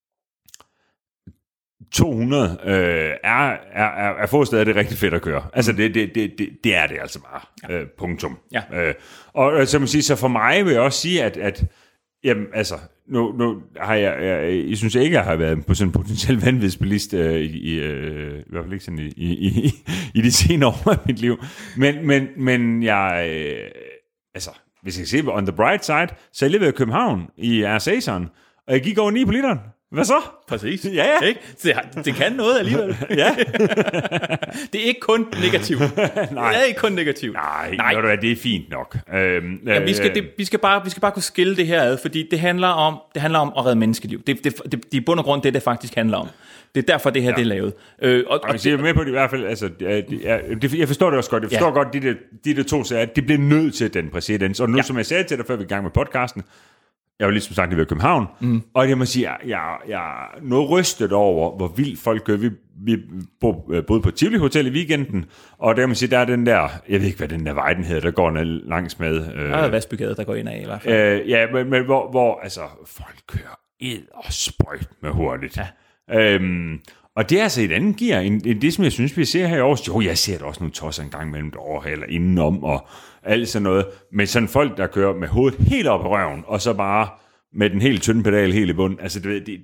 200 er få steder det er rigtig fedt at køre. Altså det er det altså bare. Punktum. Ja. Og så man siger, så for mig vil jeg også sige, at jamen, altså, nu har jeg synes ikke, jeg har været på sådan en potentiel vanvidsbilist i hvert fald ikke sådan i de senere år af mit liv. Men jeg, hvis jeg ser on the bright side, så jeg levede i København i R6'eren, og jeg gik over 9 på literen. Hvad så? Præcis. Ja. Ikke? Det kan noget alligevel. Ja. Det er ikke kun negativt. Nej. Det er ikke kun negativt. Nej. Det er fint nok. Vi skal bare kunne skille det her ad, fordi det handler om at redde menneskeliv. Det er i bund og grund det faktisk handler om. Det er derfor, det her det er lavet. Og jeg er med på det i hvert fald. Altså, jeg forstår det også godt. Jeg forstår godt, de der to sager, de bliver nødt til den præcedens. Og nu, som jeg sagde til dig, før vi er i gang med podcasten, jeg var ligesom sagt lige ved København, og jeg må sige, jeg er noget rystet over, hvor vildt folk gør. Vi boede på Tivoli Hotel i weekenden, og der må sige, der er den der, jeg ved ikke, hvad den der vej den hedder, der går langs med. Der er Vasbygade, der går ind af i hvert fald. Men hvor folk kører og spøjt med hurtigt. Ja. Og det er altså et andet gear, end det, som jeg synes, vi ser her i Aarhus. Jo, jeg ser da også nogle tosser en gang mellem derovre, eller indenom, og alt sådan noget. Men sådan folk, der kører med hovedet helt op i røven, og så bare med den helt tynde pedal helt i bunden. Altså,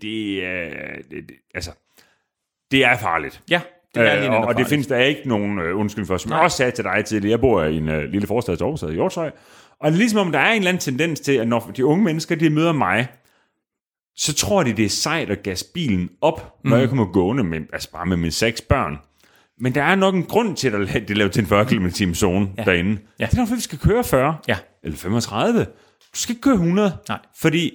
det er farligt. Ja, det er lige og det findes der ikke nogen undskyld for. Som jeg også sagde til dig tidligere, jeg bor i en lille forstad til Aarhus, i Hjortshøj. Og det er ligesom, om der er en eller anden tendens til, at når de unge mennesker, de møder mig, så tror de, det er sejt at gas bilen op, når jeg kommer gående med, bare med mine 6 børn. Men der er nok en grund til, at det laver til en 40 km/t zone derinde. Ja. Det er nok, fordi vi skal køre 40 eller 35. Du skal ikke køre 100, fordi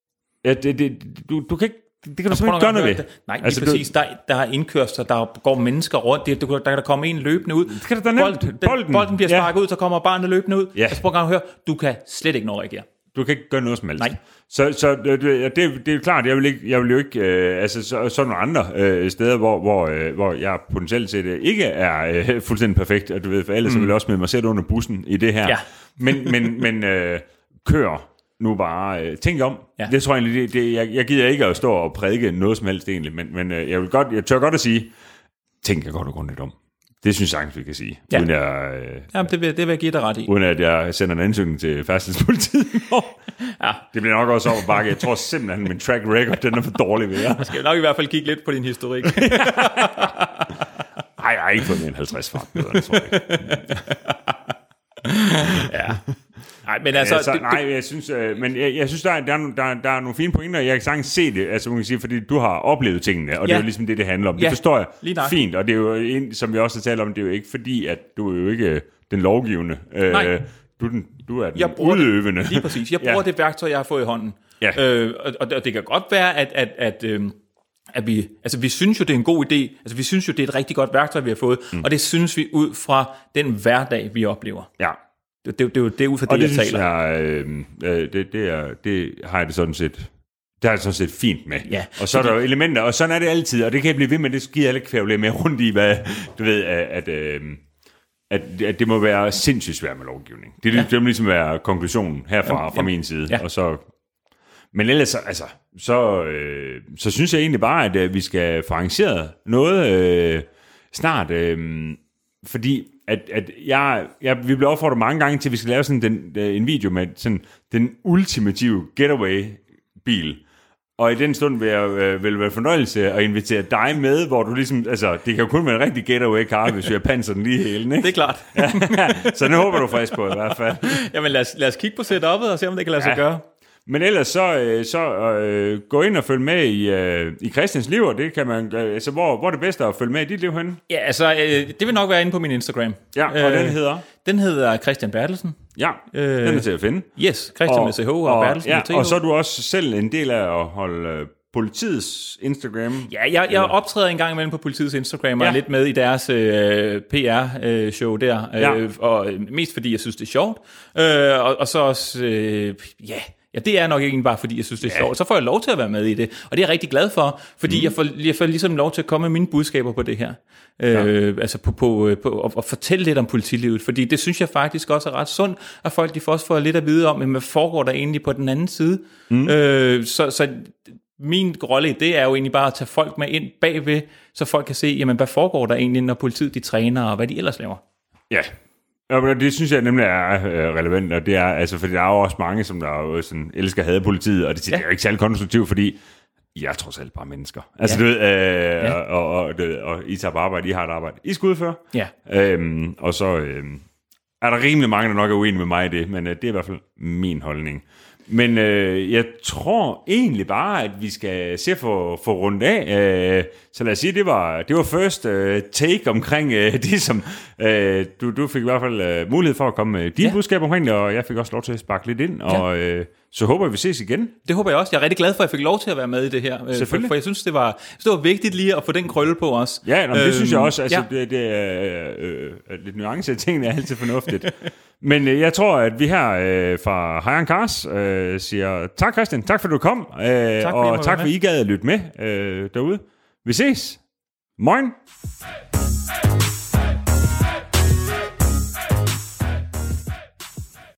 du kan ikke, det kan du simpelthen ikke gøre noget ved. Nej, altså, præcis. Der er indkørsler, der går mennesker rundt. Der kan komme en løbende ud. Det kan der bolden bliver sparket ud, så kommer barnet løbende ud. Ja. Altså, prøv at høre, du kan slet ikke nå at reagere. Du kan ikke gøre noget som helst. Nej. Så det er jo klart, jeg vil jo ikke så nogle andre steder, hvor jeg potentielt set ikke er fuldstændig perfekt, og du ved, for ellers vil jeg også med mig selv under bussen i det her. Ja. Men kør nu bare, tænk om. Ja. Det tror jeg egentlig, jeg gider ikke at stå og prædike noget som helst egentlig, men jeg tør godt at sige, tænk jeg godt og grundigt om. Det synes jeg sagtens, vi kan sige. Ja. Uden jeg, det vil jeg give dig ret i. Uden at jeg sender en ansøgning til færdselspolitiet. Ja. Det bliver nok også over bakke. Jeg tror simpelthen, at min track record, den er for dårlig ved jer. Jeg skal nok i hvert fald kigge lidt på din historik. Nej, jeg har ikke fået mere end 50 fartbøder, tror jeg ikke. Ja. Nej, men altså... jeg synes, jeg synes, der er nogle fine pointer, jeg kan sagtens se det, altså man kan sige, fordi du har oplevet tingene, og det er jo ligesom det handler om. Det forstår jeg fint, og det er jo, som vi også har talt om, det er jo ikke fordi, at du er jo ikke den lovgivende. Du er den Du er den udøvende. Lige præcis. Jeg bruger det værktøj, jeg har fået i hånden. Ja. Og det kan godt være, at vi synes jo, det er en god idé. Altså, vi synes jo, det er et rigtig godt værktøj, vi har fået. Og det synes vi ud fra den hverdag, vi oplever. Ja. Det er jo ud fra det, jeg taler. Det har jeg det sådan set... Det er det sådan set fint med. Ja, og så er der jo elementer, og sådan er det altid, og det kan jeg blive ved med, det skider alle kvævle med rundt i, hvad du ved, at det må være sindssygt svært med lovgivning. Det må ligesom være konklusionen herfra fra min side. Ja. Og så, men ellers, altså, så synes jeg egentlig bare, at vi skal få arrangeret noget snart, fordi vi bliver opfordret mange gange til, at vi skal lave sådan en video med sådan den ultimative getaway-bil. Og i den stund vil være fornøjelse at invitere dig med, hvor du ligesom, altså, det kan jo kun være en rigtig getaway-car, hvis vi har panser den lige hele, ikke? Det er klart. Så det håber du frisk på i hvert fald. Jamen lad os kigge på setup'et og se, om det kan lade sig gøre. Men ellers så gå ind og følge med i Christians liv, og det kan man, altså hvor er det bedste at følge med i dit liv henne? Ja, altså det vil nok være inde på min Instagram. Ja, og den hedder? Den hedder Christian Bertelsen. Ja, den er til at finde. Yes, Christian med CH og Bertelsen med TH. Og så er du også selv en del af at holde politiets Instagram. Ja, jeg optræder en gang imellem på politiets Instagram, og er lidt med i deres PR-show der, og mest fordi jeg synes, det er sjovt. Og så også, Ja, det er nok ikke bare, fordi jeg synes, det er sjovt. Så får jeg lov til at være med i det, og det er jeg rigtig glad for, fordi jeg får ligesom lov til at komme med mine budskaber på det her. Altså på at fortælle lidt om politilivet, fordi det synes jeg faktisk også er ret sundt, at folk de også får lidt at vide om, hvad foregår der egentlig på den anden side. Så min rolle i det er jo egentlig bare at tage folk med ind bagved, så folk kan se, jamen, hvad foregår der egentlig, når politiet de træner, og hvad de ellers laver. Ja. Ja, det synes jeg nemlig er relevant, og det er, altså, fordi der er jo også mange, som der jo sådan elsker at hade politiet, og det er jo ikke særlig konstruktivt, fordi jeg er trods alt bare mennesker. Altså, du ved, og I tager på arbejde, I har et arbejde, I skal udføre. Ja. Og så er der rimelig mange, der nok er uenige med mig i det, men det er i hvert fald min holdning. Men jeg tror egentlig bare, at vi skal se for rundt af. Så lad os sige, det var first take omkring det, som du fik i hvert fald mulighed for at komme med dine budskaber omkring det, og jeg fik også lov til at sparke lidt ind, og så håber jeg, vi ses igen. Det håber jeg også. Jeg er rigtig glad for, at jeg fik lov til at være med i det her. For jeg synes, det var vigtigt lige at få den krølle på os. Ja, det synes jeg også. Altså, det er lidt nuance af tingene er altid fornuftigt. Men jeg tror, at vi her fra Hejren Cars siger tak, Christian. Tak, for du kom. Tak, og tak, for I gad at lytte med derude. Vi ses. Moin.